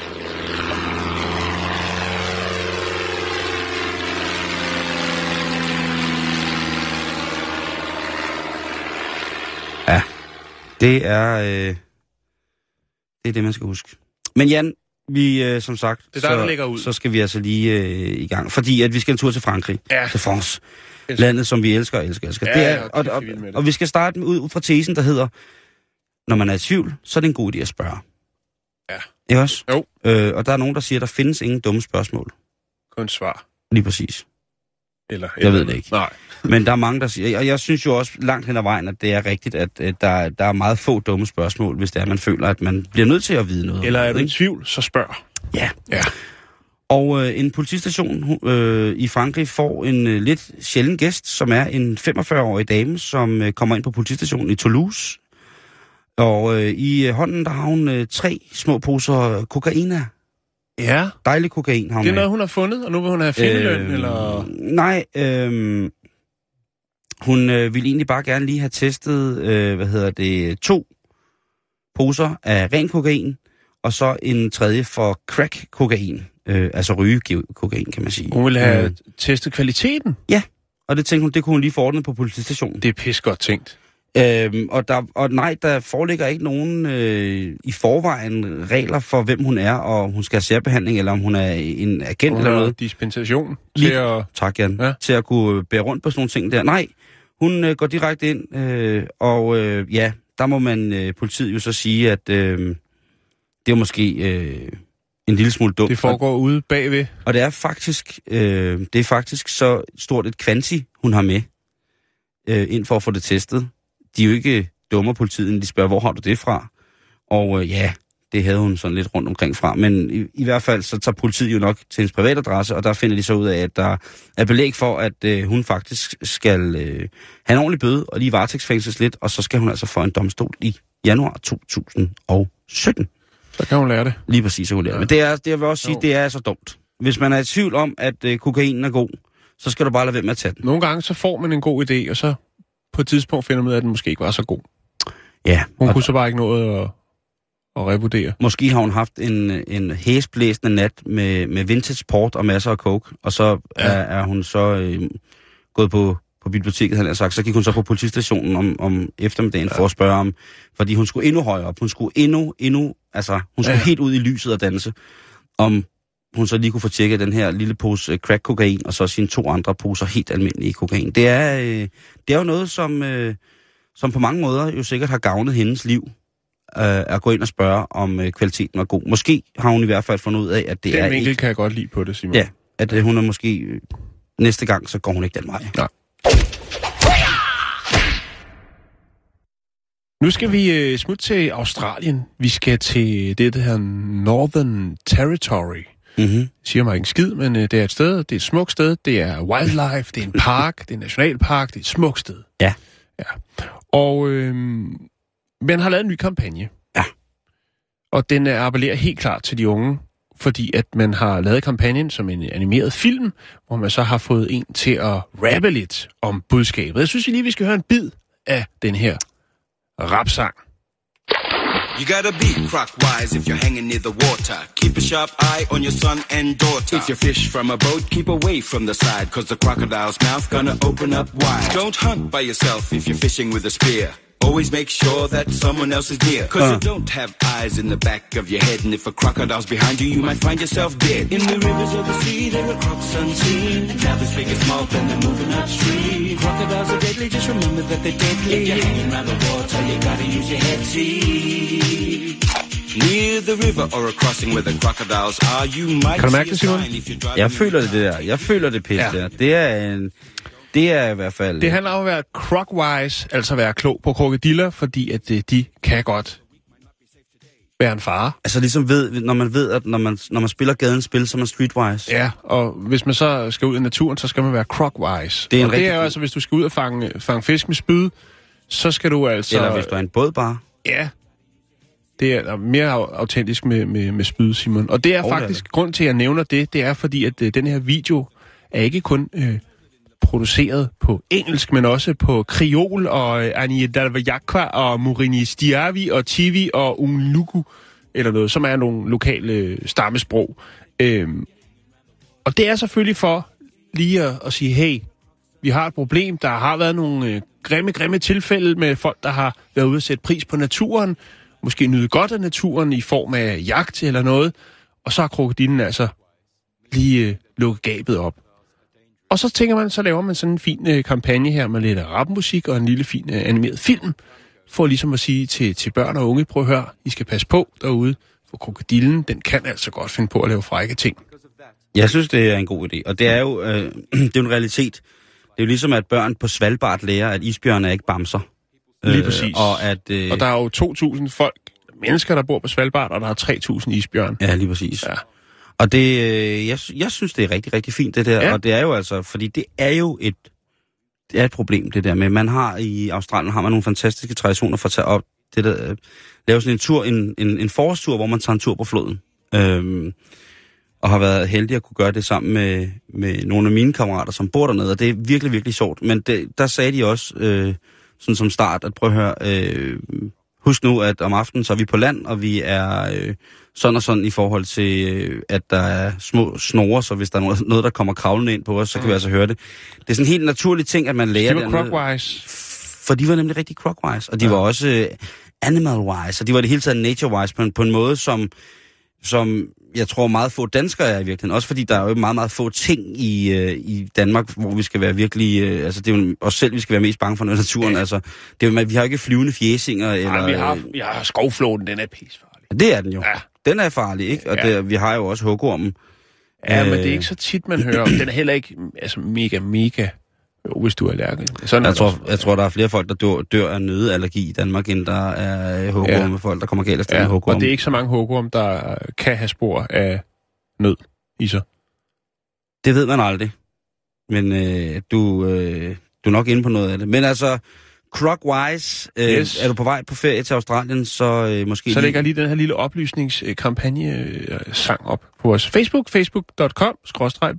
Ja, det er, øh, det er det, man skal huske. Men Jan, vi øh, som sagt, det er der, så, der ligger ud. så skal vi altså lige øh, i gang. Fordi at vi skal en tur til Frankrig, ja. til France. Landet, som vi elsker, elsker, elsker. Ja, det er, ja, og, og, og, og vi skal starte med, ud, ud fra tesen, der hedder, når man er i tvivl, så er det en god idé at spørge. Ja. Ikke også? Jo. Øh, og der er nogen, der siger, at der findes ingen dumme spørgsmål. Kun svar. Lige præcis. Eller, jeg eller, ved det ikke. Nej. Men der er mange, der siger, og jeg synes jo også langt hen ad vejen, at det er rigtigt, at, at der, der er meget få dumme spørgsmål, hvis det er, man føler, at man bliver nødt til at vide noget. Eller er du i tvivl, så spørg. Ja. Ja. Og øh, en politistation øh, i Frankrig får en øh, lidt sjælden gæst, som er en femogfyrre-årig dame, som øh, kommer ind på politistationen i Toulouse. Og øh, i øh, hånden, der har hun øh, tre små poser kokaina. Ja. Dejlig kokain har hun. Det er med. noget, hun har fundet, og nu vil hun have findeløn, øh, eller? Nej, øh, hun øh, ville egentlig bare gerne lige have testet, øh, hvad hedder det, to poser af ren kokain, og så en tredje for crack-kokain. Øh, altså ryge-kokain, kan man sige. Hun ville have øh, testet kvaliteten? Ja, og det tænkte hun, det kunne hun lige få ordnet på politistationen. Det er pis godt tænkt. Øhm, og, der, og nej, der foreligger ikke nogen øh, i forvejen regler for, hvem hun er, og hun skal have særbehandling, eller om hun er en agent hun eller noget. Dispensation lige, til at... Tak, Jan. Ja. Til at kunne bære rundt på sådan nogle ting der. Nej, hun øh, går direkte ind, øh, og øh, ja, der må man øh, politiet jo så sige, at øh, det er måske øh, en lille smule dumt. Det foregår ude bagved. Og det er faktisk, øh, det er faktisk så stort et kvanti, hun har med, øh, ind for at få det testet. De er jo ikke dumme politiet, de spørger, hvor har du det fra? Og øh, ja, det havde hun sådan lidt rundt omkring fra. Men i, i hvert fald, så tager politiet jo nok til hendes privatadresse, og der finder de så ud af, at der er belæg for, at øh, hun faktisk skal øh, have en ordentlig bøde, og lige varetægtsfængsles lidt, og så skal hun altså få en domstol i januar to tusind og sytten. Så kan hun lære det. Lige præcis, så hun lære det. Men det, er, det jeg vil også sige, jo. Det er så dumt. Hvis man er i tvivl om, at øh, kokainen er god, så skal du bare lade være med at tage den. Nogle gange så får man en god idé, og så på et tidspunkt finder man ud af, at den måske ikke var så god. Ja. Hun kunne så bare ikke noget at, at revurdere. Måske har hun haft en, en hæsblæsende nat med, med vintage port og masser af coke, og så ja. er, er hun så øh, gået på, på biblioteket, han har sagt. Så gik hun så på politistationen om, om eftermiddagen ja. for at spørge om, fordi hun skulle endnu højere op. Hun skulle endnu, endnu, altså hun skulle ja. helt ud i lyset og danse, om hun så lige kunne få tjekket den her lille pose crack-kokain, og så sine to andre poser helt almindelige kokain. Det er, øh, det er jo noget, som, øh, som på mange måder jo sikkert har gavnet hendes liv, øh, at gå ind og spørge, om øh, kvaliteten var god. Måske har hun i hvert fald fundet ud af, at det den er vinkel ikke... kan jeg godt lide på det, Simon. Ja, at øh, hun er måske... Øh, næste gang, så går hun ikke den vej. Nej. Nu skal vi øh, smutte til Australien. Vi skal til det, der hedder Northern Territory. Mm-hmm. Siger mig ikke en skid, men øh, det er et sted, det er et smukt sted, det er wildlife, det er en park, det er en nationalpark, det er et smukt sted. Ja. Ja. Og øh, man har lavet en ny kampagne. Ja. Og den øh, appellerer helt klart til de unge, fordi at man har lavet kampagnen som en animeret film, hvor man så har fået en til at rappe lidt om budskabet. Jeg synes lige, vi skal høre en bid af den her rapsang. You gotta be clockwise if you're hanging near the water. Keep a sharp eye on your son and daughter. If you fish from a boat, keep away from the side, cause the crocodile's mouth gonna open up wide. Don't hunt by yourself if you're fishing with a spear. Always make sure that someone else is near, cause uh. you don't have eyes in the back of your head, and if a crocodile's behind you, you might find yourself dead. In the rivers of the sea, there are crocs unseen, crabs big and small, and they're moving upstream. Crocodiles are deadly, just remember that they're deadly. If you're hanging around the water, you gotta use your head, see. Near the river or a crossing where the crocodiles are, you might kan du mærke det, Simon? Jeg føler det der. Jeg føler det pisse ja. der. Det er en... Det er i hvert fald... Det handler om at være crocwise, altså være klog på krokodiller, fordi at de kan godt være en fare. Altså ligesom ved, når man ved, at når man, når man spiller gadens spil, så er man streetwise. Ja, og hvis man så skal ud i naturen, så skal man være crocwise. Det er, en og det er jo altså, hvis du skal ud og fange, fange fisk med spyd, så skal du altså... Eller hvis du er en båd bare. Ja, det er mere autentisk med, med, med spyd, Simon. Og det er oh, faktisk, det. grund til, at jeg nævner det, det er fordi, at uh, den her video er ikke kun... Uh, produceret på engelsk, men også på kriol og Annie Dalvajakwa og Murini Stiavi og Tivi og Ungluku, eller noget, som er nogle lokale stammesprog. Øhm, og det er selvfølgelig for lige at, at sige, hey, vi har et problem. Der har været nogle øh, grimme, grimme tilfælde med folk, der har været ude at sætte pris på naturen, måske nyde godt af naturen i form af jagt eller noget, og så har krokodillen altså lige øh, lukket gabet op. Og så tænker man, så laver man sådan en fin øh, kampagne her med lidt rapmusik og en lille fin øh, animeret film, for ligesom at sige til, til børn og unge, prøv at høre, I skal passe på derude, for krokodillen, den kan altså godt finde på at lave frække ting. Jeg synes, det er en god idé, og det er jo, øh, det er jo en realitet. Det er jo ligesom, at børn på Svalbard lærer, at isbjørne er ikke bamser. Lige præcis. Øh, og, at, øh, og der er jo to tusind folk, mennesker, der bor på Svalbard, og der er tre tusind isbjørn. Ja, lige præcis. Ja. Og det, jeg, jeg synes, det er rigtig, rigtig fint, det der. Ja. Og det er jo altså, fordi det er jo et, det er et problem, det der med, man har i Australien, har man nogle fantastiske traditioner for at tage op, det der, lave sådan en tur, en, en, en forårstur, hvor man tager en tur på floden. Øhm, og har været heldig at kunne gøre det sammen med, med nogle af mine kammerater, som bor dernede, og det er virkelig, virkelig sjovt. Men det, der sagde de også, øh, sådan som start, at prøv at høre, øh, husk nu, at om aftenen så er vi på land, og vi er øh, sådan og sådan i forhold til, øh, at der er små snore, så hvis der er noget, noget der kommer kravlende ind på os, så kan mm. vi altså høre det. Det er sådan en helt naturlig ting, at man lærer det. De var crocwise. For de var nemlig rigtig crocwise, og de ja. var også øh, animalwise, og de var det hele taget naturewise på en, på en måde, som, som jeg tror meget få danskere er i virkeligheden. Også fordi der er jo meget, meget få ting i, øh, i Danmark, hvor vi skal være virkelig... Øh, altså det er jo os selv, vi skal være mest bange for naturen. Ja. Altså, det er jo, vi har jo ikke flyvende fjæsinger. Eller, Nej, vi har, vi har skovflåten, den er pissefarlig. Det er den jo. Ja. Den er farlig, ikke? Og ja. det, vi har jo også hugormen. Ja, øh, men det er ikke så tit, man hører om. Den er heller ikke altså, mega, mega... Jo, hvis du er allergisk. Sådan jeg, tror, jeg tror, der er flere folk, der dør, dør af nøddeallergi i Danmark, end der er hugorme. Ja. Folk, der kommer galt af stedet ja, med hugorme. Og det er ikke så mange hugorme, der kan have spor af nød i sig. Det ved man aldrig. Men øh, du, øh, du er nok inde på noget af det. Men altså, crocwise, øh, yes. er du på vej på ferie til Australien, så øh, måske... Så lægger jeg lige den her lille oplysningskampagne-sang op på vores Facebook, facebook punktum com skråstreg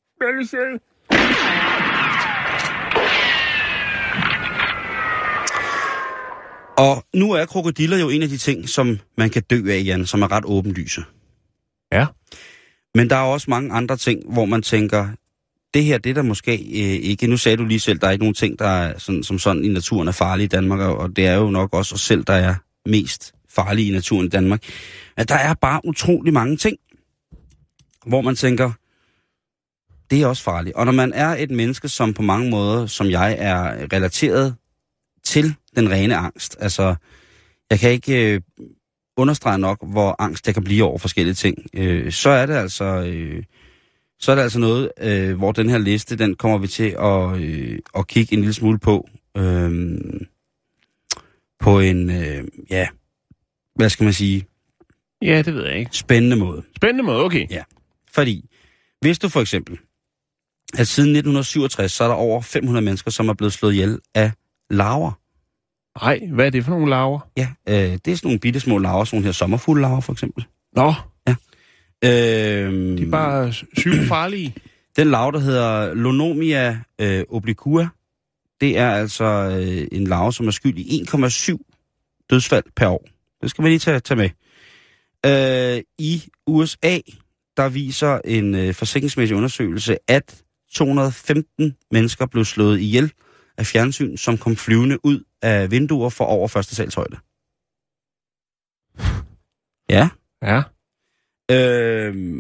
Og nu er krokodiller jo en af de ting, som man kan dø af, Jan, som er ret åbenlyse. Ja. Men der er også mange andre ting, hvor man tænker, det her, det er der måske øh, ikke. Nu sagde du lige selv, der er ikke nogen ting, der er sådan, som sådan i naturen er farlige i Danmark, og det er jo nok også os selv, der er mest farlige i naturen i Danmark. Men der er bare utrolig mange ting, hvor man tænker, det er også farligt. Og når man er et menneske, som på mange måder, som jeg er relateret til den rene angst. Altså, jeg kan ikke øh, understrege nok, hvor angst jeg kan blive over forskellige ting. Øh, så er det altså, øh, så er det altså noget, øh, hvor den her liste, den kommer vi til at, øh, at kigge en lille smule på. Øh, på en, øh, ja, hvad skal man sige? Ja, det ved jeg ikke. Spændende måde. Spændende måde, okay. Ja, fordi hvis du for eksempel, at siden nitten syvogtres, så er der over fem hundrede mennesker, som er blevet slået ihjel af larver. Nej, hvad er det for nogle larver? Ja, øh, det er sådan nogle bitte små larver, sådan nogle her sommerfuglelarver for eksempel. Nå. Ja. Øhm, de er bare sygt farlige. Den larve, der hedder Lonomia øh, obliqua, det er altså øh, en larve, som er skyld i en komma syv dødsfald per år. Det skal man lige tage, tage med. Øh, I U S A, der viser en øh, forsikringsmæssig undersøgelse, at to hundrede og femten mennesker blev slået ihjel af fjernsyn, som kom flyvende ud af vinduer for over første salshøjde. Ja. Ja. Øh,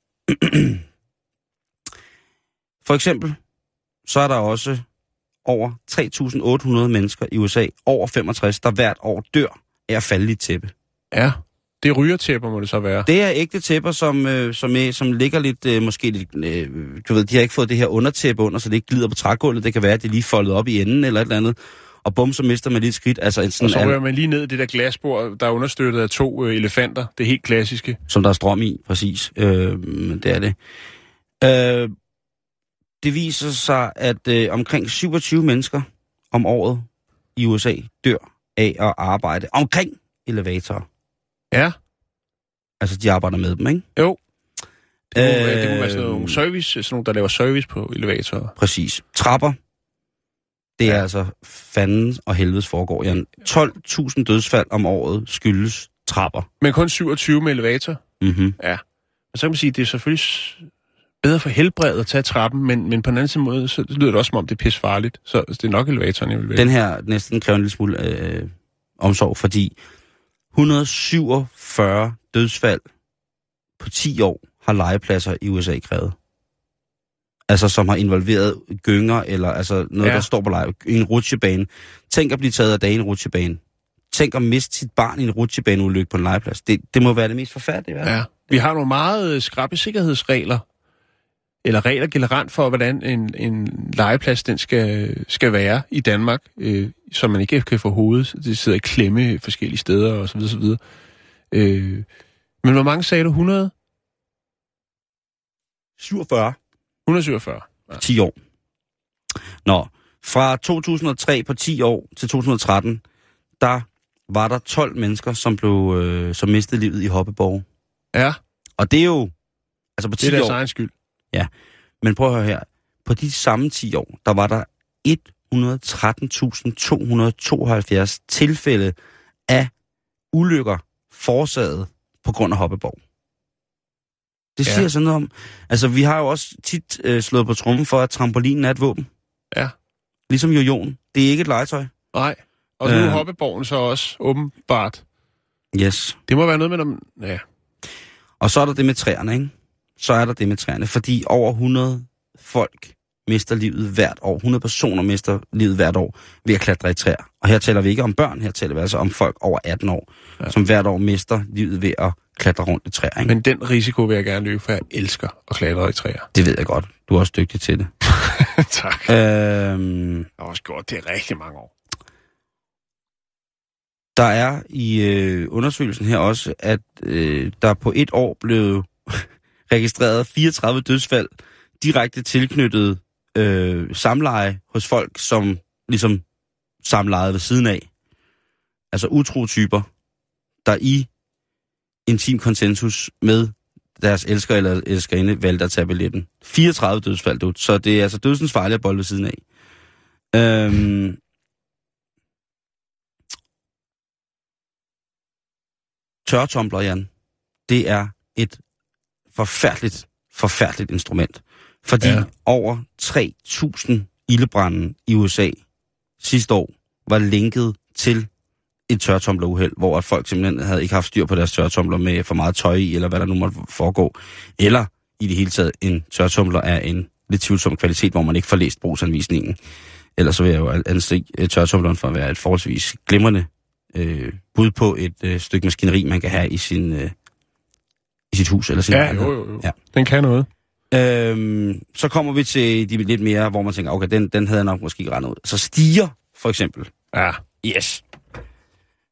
for eksempel, så er der også over tre tusind otte hundrede mennesker i U S A, over femogtres, der hvert år dør af at falde i et tæppe. Ja, det er rygertæpper, må det så være. Det er ægte tæpper, som, øh, som, er, som ligger lidt, øh, måske lidt, øh, du ved, de har ikke fået det her undertæppe under, så det ikke glider på trægulvet. Det kan være, at det lige foldet op i enden eller et eller andet. Og bum, så mister man lige et skridt. Altså en sådan, og så rører man lige ned i det der glasbord, der er understøttet af to øh, elefanter. Det er helt klassiske. Som der er strøm i, præcis. Øh, men det er det. Øh, det viser sig, at øh, omkring syvogtyve mennesker om året i U S A dør af at arbejde omkring elevatorer. Ja. Altså, de arbejder med dem, ikke? Jo. Det må, øh, være, det må være sådan nogle service, sådan nogle, der laver service på elevatorer. Præcis. Trapper. Det er ja. altså fandens og helvedes foregår. Ja, tolv tusind dødsfald om året skyldes trapper. Men kun syvogtyve med elevator? Mhm. Ja. Og så kan man sige, at det er selvfølgelig bedre for helbredet at tage trappen, men, men på en anden måde, så lyder det også som om, det er pissefarligt. Så det er nok elevatoren, jeg vil vælge. Den her næsten kræver en lille smule øh, omsorg, fordi et hundrede og syvogfyrre dødsfald på ti år har legepladser i U S A krævet. Altså, som har involveret gynger, eller altså noget, ja. Der står på lege. En rutsjebane. Tænk at blive taget af dag i en rutsjebane. Tænk at miste sit barn i en rutsjebaneulykke på en legeplads. Det, det må være det mest forfærdelige. Ja. Vi har nogle meget skrappe sikkerhedsregler, eller regler generelt for, hvordan en, en legeplads den skal, skal være i Danmark, øh, så man ikke kan få hovedet. Det sidder i klemme forskellige steder, og så videre, så videre. Øh, men hvor mange sagde du? hundrede? syvogfyrre. et hundrede og syvogfyrre. Ja. ti år. Nå, fra to tusind og tre på ti år til to tusind og tretten, der var der tolv mennesker, som blev øh, som mistede livet i Hoppeborg. Ja. Og det er jo... Altså på ti det er deres år, egen skyld. Ja, men prøv at høre her. På de samme ti år, der var der et hundrede og tretten tusind to hundrede og tooghalvfjerds tilfælde af ulykker forårsaget på grund af Hoppeborg. Det siger ja. sådan noget om... Altså, vi har jo også tit øh, slået på trommen for, at trampolinen er et våben. Ja. Ligesom jojoen. Det er ikke et legetøj. Nej. Og nu øh. Hoppeborgen så også åbenbart. Yes. Det må være noget med dem... Ja. Og så er der det med træerne, ikke? Så er der det med træerne, fordi over hundrede folk mister livet hvert år. hundrede personer mister livet hvert år ved at klatre i træer. Og her taler vi ikke om børn, her taler vi altså om folk over atten år, ja. som hvert år mister livet ved at klatre rundt i træer. Ikke? Men den risiko vil jeg gerne løbe, for jeg elsker at klatre i træer. Det ved jeg godt. Du er også dygtig til det. Tak. Øhm, jeg har også gjort det rigtig mange år. Der er i øh, undersøgelsen her også, at øh, der på et år blev registreret fireogtredive dødsfald direkte tilknyttet øh, samleje hos folk, som ligesom samlejede ved siden af. Altså utro typer, der i intim konsensus med deres elsker eller elskerinde valgte at tage billetten. fireogtredive dødsfald, du. Så det er altså dødsens farlige at bolle ved siden af. Øhm, Tørretumbler, Jan, det er et forfærdeligt, forfærdeligt instrument. Fordi ja. over tre tusind ildebrande i U S A sidste år var linket til et tørretumbleruheld, hvor at folk simpelthen havde ikke haft styr på deres tørretumbler med for meget tøj i, eller hvad der nu måtte foregå. Eller i det hele taget en tørretumbler af en lidt tvivlsom kvalitet, hvor man ikke får læst brugsanvisningen. Ellers så vil jeg jo anse tørretumbleren for at være et forholdsvis glimrende øh, bud på et øh, stykke maskineri, man kan have i sin øh, i sit hus eller sin ja, jo, jo, jo. Ja, den kan noget. Øhm, så kommer vi til de lidt mere, hvor man tænker, okay, den, den havde jeg nok måske regnet ud. Så stiger, for eksempel. Ja. Yes.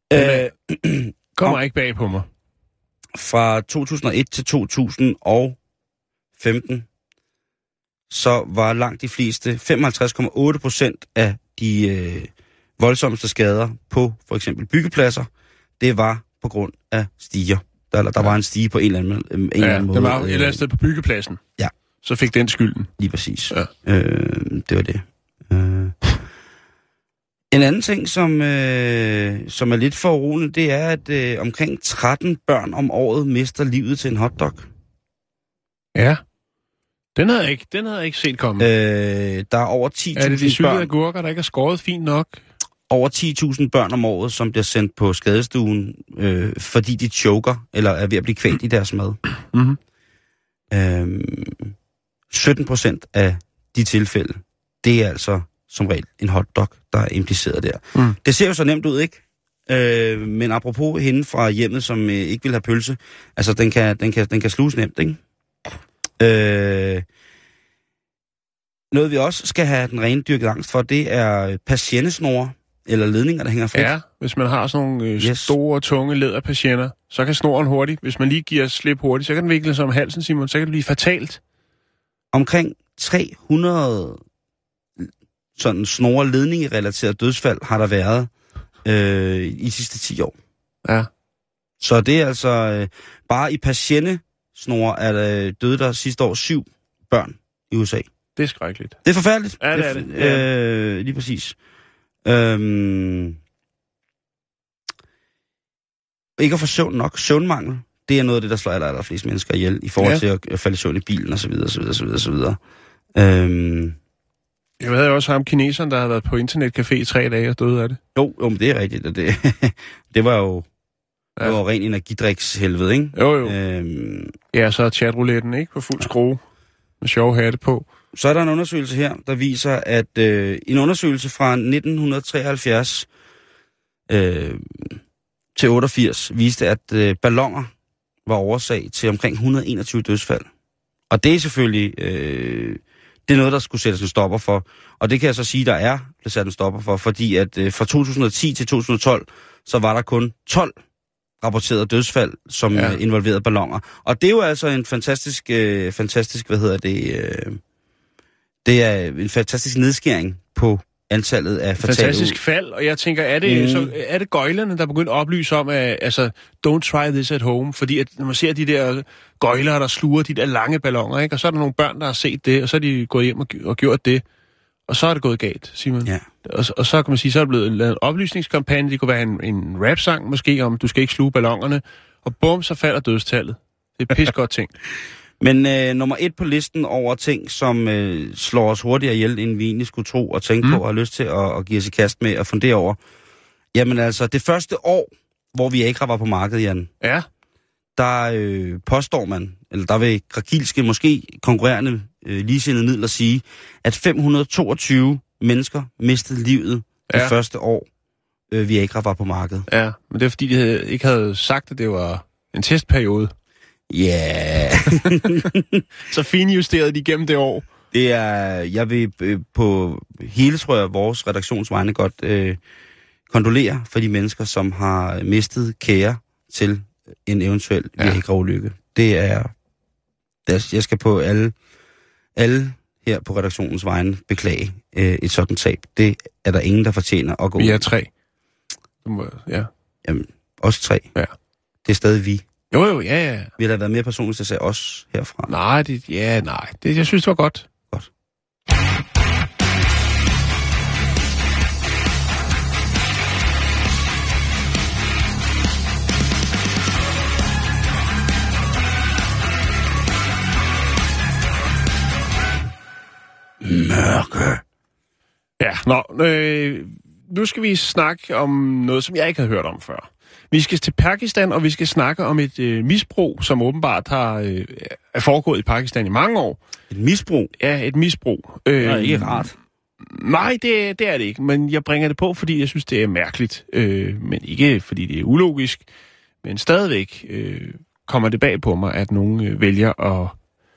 Øh, kommer ikke bag på mig. Fra to tusind og et til to tusind og femten, så var langt de fleste, femoghalvtreds komma otte procent af de øh, voldsomste skader på for eksempel byggepladser, det var på grund af stiger. Der, der ja. var en stige på en eller anden, en ja, eller anden måde. Det var et eller andet sted på byggepladsen. Ja. Så fik den skylden. Lige præcis. Ja. Øh, det var det. Øh. En anden ting, som, øh, som er lidt foruroligende, det er, at øh, omkring tretten børn om året mister livet til en hotdog. Ja. Den havde jeg ikke, den havde jeg ikke set komme. Øh, der er over ti tusind børn. Er det de syltede agurker, der ikke er skåret fint nok? Over ti tusind børn om året, som bliver sendt på skadestuen, øh, fordi de choker, eller er ved at blive kvalt i deres mad. Mm-hmm. Øh, sytten procent af de tilfælde, det er altså som regel en hotdog, der er impliceret der. Mm. Det ser jo så nemt ud, ikke? Øh, men apropos hende fra hjemmet, som øh, ikke vil have pølse, altså den kan, den kan, den kan sluges nemt, ikke? Øh, noget vi også skal have den rendyrkede angst for, det er patientesnore, eller ledninger, der hænger frit. Ja, hvis man har sådan nogle øh, yes. store, tunge læderpatienter, så kan snoren hurtigt, hvis man lige giver slip hurtigt, så kan den vikle sig om halsen, Simon, så kan det blive fatalt. Omkring tre hundrede sådan snore ledningerelateret dødsfald har der været øh, i de sidste ti år. Ja. Så det er altså, øh, bare i patientesnore er der døde der sidste år syv børn i U S A. Det er skrækkeligt. Det er forfærdeligt. Ja, det er det. Ja. Øh, lige præcis. Øhm, ikke at få søvn nok. Søvnmangel, det er noget af det, der slår aller, aller flest mennesker ihjel, i forhold ja. til at, at falde i søvn i bilen, og så videre, så videre, så videre, så videre. Øhm, Jeg havde også ham kineseren, der havde været på internetcafé i tre dage og døde af det. Jo, jo, men det er rigtigt. Og det, det var jo ja. det var ren energidrikshelvede, ikke? Jo, jo. Øhm, ja, så er chatrouletten, ikke? På fuld skrue. Med sjove hatte på. Så er der en undersøgelse her, der viser, at øh, en undersøgelse fra nitten treoghalvfjerds øh, til otteogfirs viste, at øh, balloner var årsag til omkring et hundrede og enogtyve dødsfald. Og det er selvfølgelig øh, det er noget, der skulle sættes en stopper for. Og det kan jeg så sige, der er blevet sat en stopper for, fordi at øh, fra to tusind og ti til to tusind og tolv, så var der kun tolv rapporterede dødsfald, som ja. øh, involverede balloner. Og det er jo altså en fantastisk, øh, fantastisk, hvad hedder det, øh, det er en fantastisk nedskæring på antallet af fatale... Fantastisk fald, og jeg tænker, er det, mm. så, er det gøjlerne, der begynder at oplyse om, at altså, don't try this at home, fordi at, når man ser de der gøjlere, der sluger de der lange balloner, ikke? Og så er der nogle børn, der har set det, og så er de gået hjem og, og gjort det, og så er det gået galt, Simon. Ja. Og, og så kan man sige, så er der blevet lavet en oplysningskampagne, det kunne være en, en rap-sang måske, om du skal ikke sluge ballonerne, og bum, så falder dødstallet. Det er pis godt ting. Men øh, nummer et på listen over ting, som øh, slår os hurtigere ihjel, end vi egentlig skulle tro og tænke mm. på, og har lyst til at, at give os i kast med og fundere over. Jamen altså, det første år, hvor vi ikke var på markedet, Jan, ja. der øh, påstår man, eller der vil krakilske, måske konkurrerende øh, ligesindede midler sige, at fem hundrede og toogtyve mennesker mistede livet ja. det første år, øh, vi ikke var på markedet. Ja, men det er fordi, de havde, ikke havde sagt, at det var en testperiode. Ja. Yeah. Så finjusterede de igennem det år. Det er, jeg vil øh, på hele, tror jeg, vores redaktionsvegne godt øh, kondolere for de mennesker, som har mistet kære til en eventuel ja. Viagra-ulykke. Det er, det er, jeg skal på alle, alle her på redaktionens vegne beklage øh, et sådan tab. Det er der ingen, der fortjener at gå Vi er tre. Du må, ja. Jamen, os tre. Ja. Det er stadig vi. Jo, jo, ja, ja. Vi har da været mere personligt til at sige os herfra. Nej, det, ja, nej. Det, jeg synes, det var godt. Godt. Mørke. Ja, nå, øh, nu skal vi snakke om noget, som jeg ikke havde hørt om før. Vi skal til Pakistan, og vi skal snakke om et øh, misbrug, som åbenbart har øh, er foregået i Pakistan i mange år. Et misbrug? Ja, et misbrug. Øh, det er ikke rart. Nej, det, det er det ikke, men jeg bringer det på, fordi jeg synes, det er mærkeligt. Øh, men ikke fordi det er ulogisk, men stadigvæk øh, kommer det bag på mig, at nogen øh, vælger at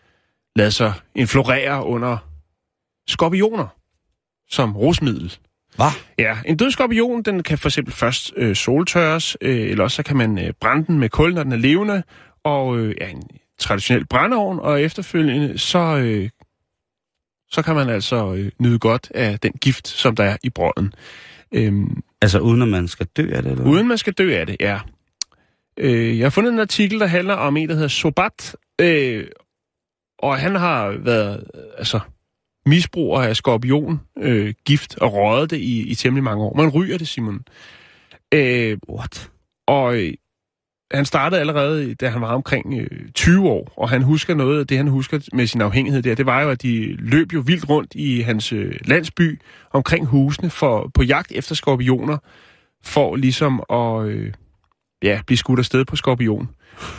lade sig influere under skorpioner som rusmiddel. Hvad? Ja, en død skorpion, den kan for eksempel først øh, soltørres, øh, eller også så kan man øh, brænde den med kul, når den er levende, og øh, ja, en traditionel brændeovn, og efterfølgende så, øh, så kan man altså øh, nyde godt af den gift, som der er i brøden. Øhm, altså uden at man skal dø af det? Eller? Uden man skal dø af det, ja. Øh, jeg har fundet en artikel, der handler om en, der hedder Sobat, øh, og han har været altså misbruger af skorpion, øh, gift og røget det i, i temmelig mange år. Man ryger det, Simon. Øh, What? Og øh, han startede allerede, da han var omkring øh, tyve år, og han husker noget af det, han husker med sin afhængighed der. Det var jo, at de løb jo vildt rundt i hans øh, landsby omkring husene for, på jagt efter skorpioner, for ligesom at øh, ja, blive skudt afsted på skorpion.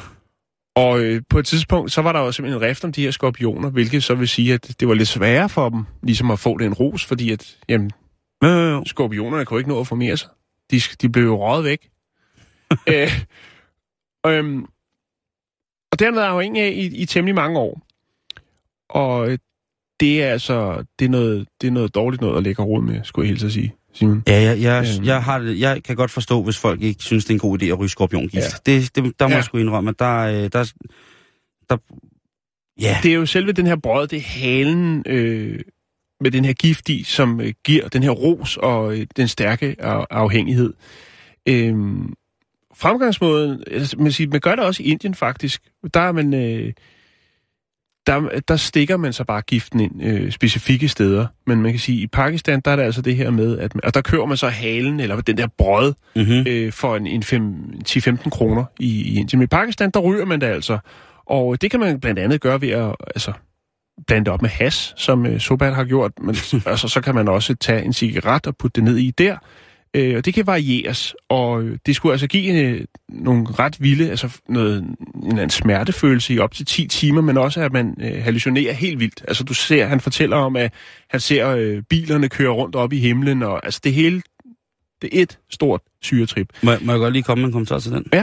Og øh, på et tidspunkt, så var der jo simpelthen en rift om de her skorpioner, hvilket så vil sige, at det var lidt sværere for dem, ligesom at få den ros, fordi at, jamen, øh, skorpionerne kunne ikke nå at formere sig. De, de blev jo røget væk. øh, øhm, og det har han været afhængig af i, i temmelig mange år. Og øh, det er altså, det er noget, det er noget dårligt noget at lægge råd med, skulle jeg helt så sige. Simon. Ja, jeg, jeg, øhm. jeg, har, jeg kan godt forstå, hvis folk ikke synes, det er en god idé at ryge skorpiongift. Ja. Det, det, der må ja. jeg sgu indrømme, at der, der, der... Ja. Det er jo selve den her brød, det er halen øh, med den her gift i, som øh, giver den her ros og øh, den stærke af, afhængighed. Øhm, fremgangsmåden, altså, man, siger, man gør det også i Indien faktisk. Der er man... Øh, Der, der stikker man så bare giften ind øh, specifikke steder. Men man kan sige, at i Pakistan, der er der altså det her med, at man, og der køber man så halen, eller den der brød, mm-hmm. øh, for en, en ti til femten kroner i, i Indien. Men i Pakistan, der ryger man det altså. Og det kan man blandt andet gøre ved at altså, blande det op med hash, som øh, Sobat har gjort. Men altså, så kan man også tage en cigaret og putte det ned i der. Øh, og det kan varieres, og det skulle altså give øh, nogle ret vilde, altså noget, en, en smertefølelse i op til ti timer, men også at man øh, hallucinerer helt vildt. Altså du ser, han fortæller om, at han ser øh, bilerne køre rundt op i himlen, og altså det hele, det er et stort syretrip. Må, må jeg godt lige komme med en kommentar til den? Ja.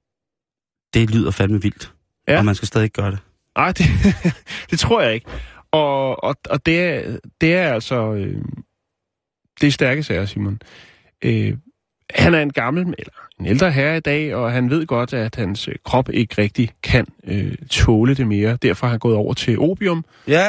Det lyder fandme vildt, ja. Og man skal stadig gøre det. Nej, det, det tror jeg ikke. Og, og, og det, er, det er altså, øh, det er stærke sager, Simon. Øh, han er en gammel, eller en ældre herre i dag, og han ved godt, at hans øh, krop ikke rigtig kan øh, tåle det mere. Derfor har han gået over til opium. Ja.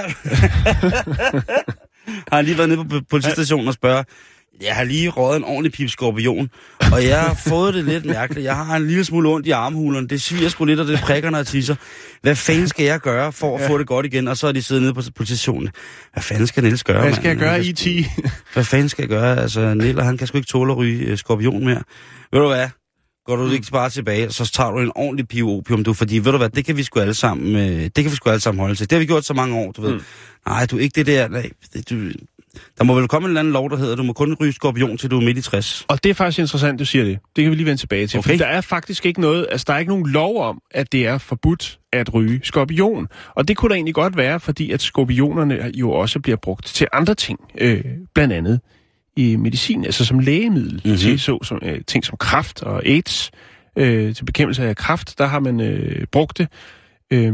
Har han lige været nede på politistationen og spørger, jeg har lige røget en ordentlig pip skorpion, og jeg har fået det lidt mærkeligt. Jeg har en lille smule ondt i armhulerne. Det sviger sgu lidt, og det prikker, når jeg tisser. Hvad fanden skal jeg gøre for at ja. få det godt igen? Og så er de siddet nede på politistationen. Hvad fanden skal Niels gøre, Hvad skal man? jeg gøre i ti? Hvad fanden skal jeg gøre? Altså, Niels, han kan sgu ikke tåle at ryge skorpion mere. Ved du hvad? Går du ikke bare tilbage, og så tager du en ordentlig pive opium, du, fordi ved du hvad, det kan vi sgu alle sammen, det kan vi sgu alle sammen holde til. Det har vi gjort så mange år, du ved. Mm. Nej, du ikke det der, nej, det, du, der må vel komme en eller anden lov, der hedder, du må kun ryge skorpion, til du er midt i tres. Og det er faktisk interessant, du siger det. Det kan vi lige vende tilbage til. Okay. Fordi der er faktisk ikke noget, altså der er ikke nogen lov om, at det er forbudt at ryge skorpion. Og det kunne da egentlig godt være, fordi at skorpionerne jo også bliver brugt til andre ting. Øh, blandt andet i medicin, altså som lægemiddel. Mm-hmm. Til så, som, øh, ting som kræft og AIDS. Øh, til bekæmpelse af kræft, der har man øh, brugt det. Øh,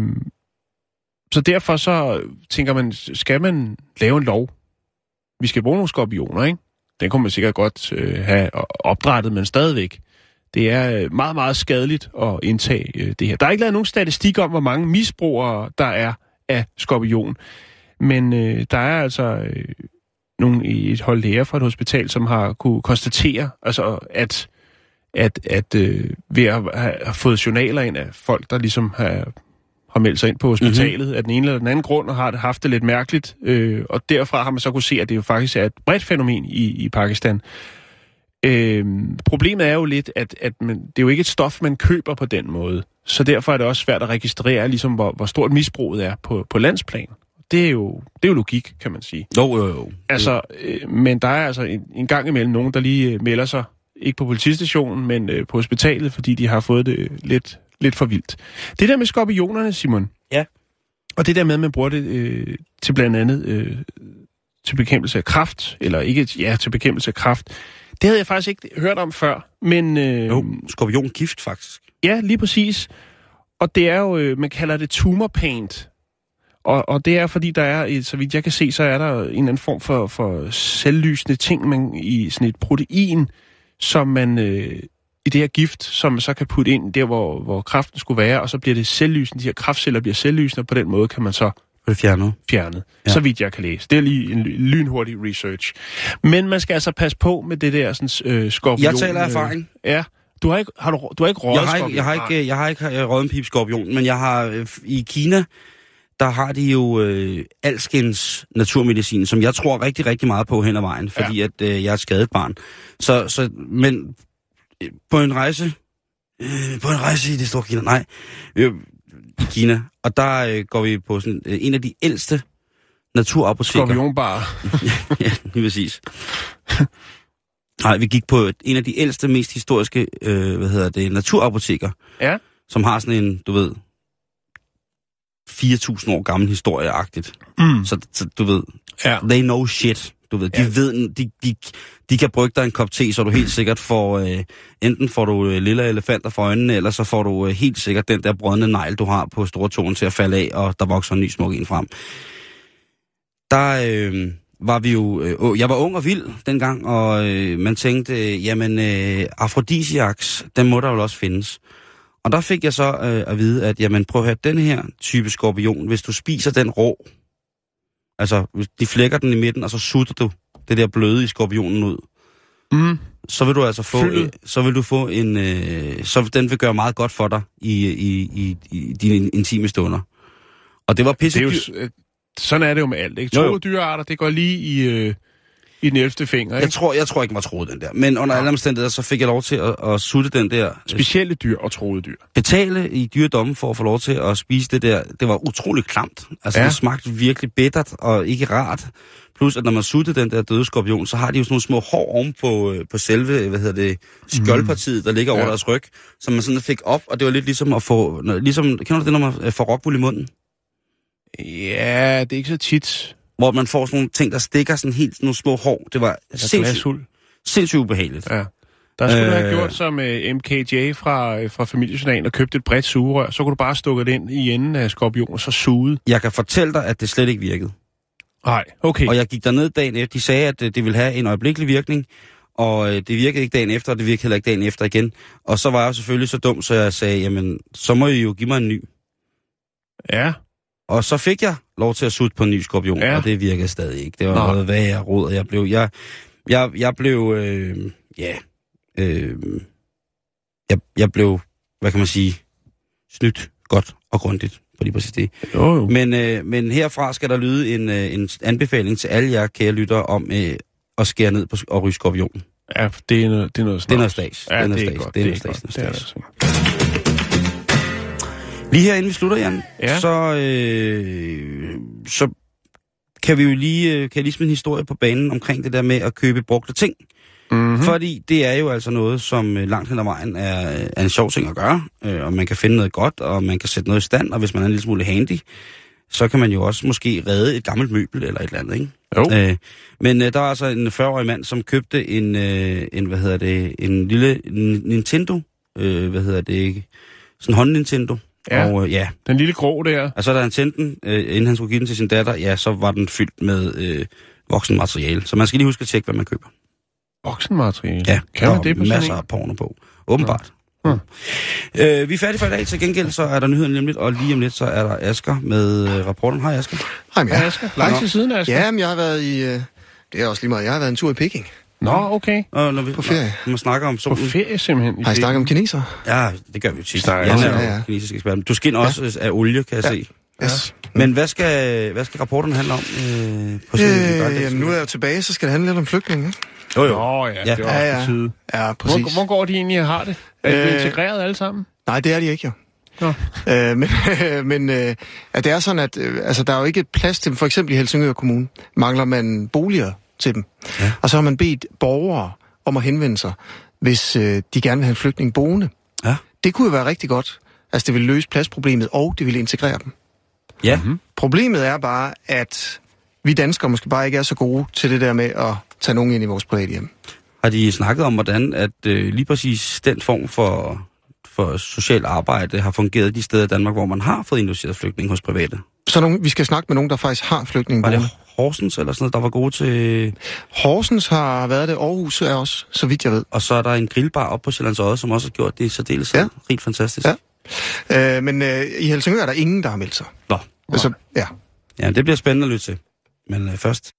så derfor så tænker man, skal man lave en lov? Vi skal bruge nogle skorpioner, ikke? Den kunne man sikkert godt øh, have opdrættet, men stadigvæk. Det er meget, meget skadeligt at indtage øh, det her. Der er ikke lavet nogen statistik om, hvor mange misbrugere der er af skorpion. Men øh, der er altså øh, nogle i et hold læger fra et hospital, som har kunne konstatere, altså, at, at, at øh, ved at have, have fået journaler ind af folk, der ligesom har... har meldt sig ind på hospitalet mm-hmm. af den ene eller den anden grund, og har haft det lidt mærkeligt. Øh, og derfra har man så kunne se, at det jo faktisk er et bredt fænomen i, i Pakistan. Øh, problemet er jo lidt, at, at man, det er jo ikke et stof, man køber på den måde. Så derfor er det også svært at registrere, ligesom, hvor, hvor stort misbruget er på, på landsplan. Det er, jo, det er jo logik, kan man sige. Jo, jo, jo. Altså, øh, men der er altså en, en gang imellem nogen, der lige melder sig, ikke på politistationen, men øh, på hospitalet, fordi de har fået det lidt... lidt for vildt. Det der med skorpionerne, Simon. Ja. Og det der med, at man bruger det øh, til blandt andet øh, til bekæmpelse af kræft, eller ikke, ja, til bekæmpelse af kræft. Det havde jeg faktisk ikke hørt om før, men... Øh, jo, skorpiongift faktisk. Ja, lige præcis. Og det er jo, øh, man kalder det tumor paint. Og, og det er, fordi der er, et, så vidt jeg kan se, så er der en eller anden form for, for selvlysende ting man, i sådan et protein, som man øh, i det her gift, som man så kan putte ind der, hvor, hvor kræften skulle være, og så bliver det selvlysende. De her kræftceller bliver selvlysende, og på den måde kan man så det fjernet. Fjernet. Ja. Så vidt jeg kan læse. Det er lige en lynhurtig research. Men man skal altså passe på med det der sådan, øh, skorpion. Jeg taler erfaring. Øh, ja. Du har ikke, har du, du har ikke røget skorpion? Jeg har ikke, jeg har ikke, jeg har ikke røget en pipskorpion, men jeg har øh, i Kina, der har de jo øh, alskens naturmedicin, som jeg tror rigtig, rigtig meget på hen ad vejen, fordi ja. at øh, jeg er et skadet barn. Så, så, men øh, på en rejse, øh, på en rejse i det store Kina, nej, øh, i Kina, og der øh, går vi på sådan øh, en af de ældste naturapoteker. Skorpionbar. Ja, lige præcis. Nej, vi gik på en af de ældste, mest historiske, øh, hvad hedder det, naturapoteker. Ja. Som har sådan en, du ved, fire tusind år gammel historieagtigt. Mm. Så, så du ved, ja. They know shit. Du ved, de ja. ved, de, de, de kan brygge dig en kop te, så du helt sikkert får, øh, enten får du øh, lille elefanter for øjnene, eller så får du øh, helt sikkert den der brødne negl, du har på store tåen til at falde af, og der vokser en ny smuk en frem. Der øh, var vi jo, øh, jeg var ung og vild dengang, og øh, man tænkte, øh, jamen, øh, afrodisiaks, den må der jo også findes. Og der fik jeg så øh, at vide, at jamen, prøv at høre, den her type skorpion, hvis du spiser den rå, altså de flækker den i midten, og så sutter du det der bløde i skorpionen ud, mm. så vil du altså få, øh, så vil du få en, øh, så den vil gøre meget godt for dig i, i, i, i dine intime stunder. Og det var pisse. Det er jo, sådan er det jo med alt, ikke? Troede dyrearter, det går lige i, øh, i den ellevte finger, ikke? Jeg tror, jeg tror ikke, man troede den der. Men under ja. alle omstændigheder, så fik jeg lov til at, at sutte den der. Specielle dyr og troede dyr. Betale i dyredommen for at få lov til at spise det der. Det var utroligt klamt. Altså, ja. Det smagte virkelig bittert og ikke rart. Plus, at når man suttede den der døde skorpion, så har de jo sådan nogle små hår oven på, på selve, hvad hedder det, skjoldpartiet, der ligger mm. over ja. deres ryg, som man sådan fik op, og det var lidt ligesom at få, ligesom, kender du det, når man får rockwool i munden? Ja, det er ikke så tit. Hvor man får sådan nogle ting, der stikker sådan helt sådan nogle små hår. Det var sindssygt, sindssygt ubehageligt. Ja. Der skulle øh... du have gjort som uh, M K J fra, uh, fra Familiejournalen og købt et bredt sugerør. Så kunne du bare stukke det ind i enden af skorpionen og så suge. Jeg kan fortælle dig, at det slet ikke virkede. Nej, okay. Og jeg gik derned dagen efter. De sagde, at det ville have en øjeblikkelig virkning. Og det virkede ikke dagen efter, og det virkede heller ikke dagen efter igen. Og så var jeg selvfølgelig så dum, så jeg sagde, jamen, så må I jo give mig en ny. Ja. Og så fik jeg lov til at sutte på en ny skorpion, ja. Og det virkede stadig ikke. Det var Nå. noget værre rod, og jeg blev, jeg, jeg, jeg blev, øh, ja, øh, jeg, jeg blev, hvad kan man sige, snydt godt og grundigt på lige præcis det. Jo, jo. Men, øh, men herfra skal der lyde en, øh, en anbefaling til alle jer kære lyttere om øh, at skære ned på og ryge skorpionen. Ja, det er noget, det er noget snart. Det er noget stads. Ja, det er noget det er stads. godt. Det er noget stads. Det er stads. Lige her inden vi slutter, Jan, ja. så, øh, så kan vi jo lige, øh, kan jeg lige smide en historie på banen omkring det der med at købe brugte ting. Mm-hmm. Fordi det er jo altså noget, som øh, langt hen ad vejen er, er en sjov ting at gøre, øh, og man kan finde noget godt, og man kan sætte noget i stand, og hvis man er en lille smule handy, så kan man jo også måske redde et gammelt møbel eller et eller andet, ikke? Jo. Øh, men øh, der var altså en fyrre-årig mand, som købte en, øh, en hvad hedder det, en lille Nintendo, øh, hvad hedder det, sådan en hånd-Nintendo. Ja, og, øh, ja, den lille grå der. Og så da han tændte den, øh, inden han skulle give den til sin datter, ja, så var den fyldt med øh, voksenmateriale. Så man skal lige huske at tjekke, hvad man køber. Voksenmateriale? Ja, kan man det på masser af porno på. Åbenbart. Ja. Ja. Øh, vi er færdige for i dag. Til gengæld så er der nyheden lige om lidt, og lige om lidt så er der Asger med øh, rapporten. Hej Asger. Hej med Hej Asger. Langt til siden, Asger. Ja, men jeg har været i... Øh, det er også lige meget. Jeg har været en tur i Peking. Nå, okay. Og når vi, på ferie. Når man snakker om solen. På ferie simpelthen. Har I snakket om kineser? Ja, det gør vi jo tit. Ja, ja, ja. Kinesisk ekspert. Du skinner ja. også af olie, kan jeg ja. se. Yes. Ja. Men hvad skal, hvad skal rapporterne handle om? Øh, på øh, jamen, nu er jeg jo tilbage, så skal det handle lidt om flygtninge. Jo, jo. Nå, ja, det var ja, ja. Også ja, præcis. Hvor, hvor går de egentlig og har det? Er de øh, integreret alle sammen? Nej, det er de ikke, jo. Øh, men men øh, at det er sådan, at øh, altså, der er jo ikke plads til dem. For eksempel i Helsingør Kommune mangler man boliger til dem. Ja. Og så har man bedt borgere om at henvende sig, hvis øh, de gerne vil have en flygtning boende. Ja. Det kunne jo være rigtig godt. Altså, det ville løse pladsproblemet, og det ville integrere dem. Ja. Mm-hmm. Problemet er bare, at vi danskere måske bare ikke er så gode til det der med at tage nogen ind i vores private hjem. Har de snakket om, hvordan at øh, lige præcis den form for, for socialt arbejde har fungeret de steder i Danmark, hvor man har fået indlogeret flygtninge hos private. Så nogen, vi skal snakke med nogen, der faktisk har flygtninge. Var det Horsens eller sådan noget, der var gode til... Horsens har været det, Aarhus er også, så vidt jeg ved. Og så er der en grillbar op på Sjællands Odde, som også har gjort det særdeles ja. Rigt fantastisk. Ja. Øh, men øh, i Helsingør er der ingen, der har meldt sig. Nå. Altså, ja. Ja, det bliver spændende at lytte til. Men øh, først...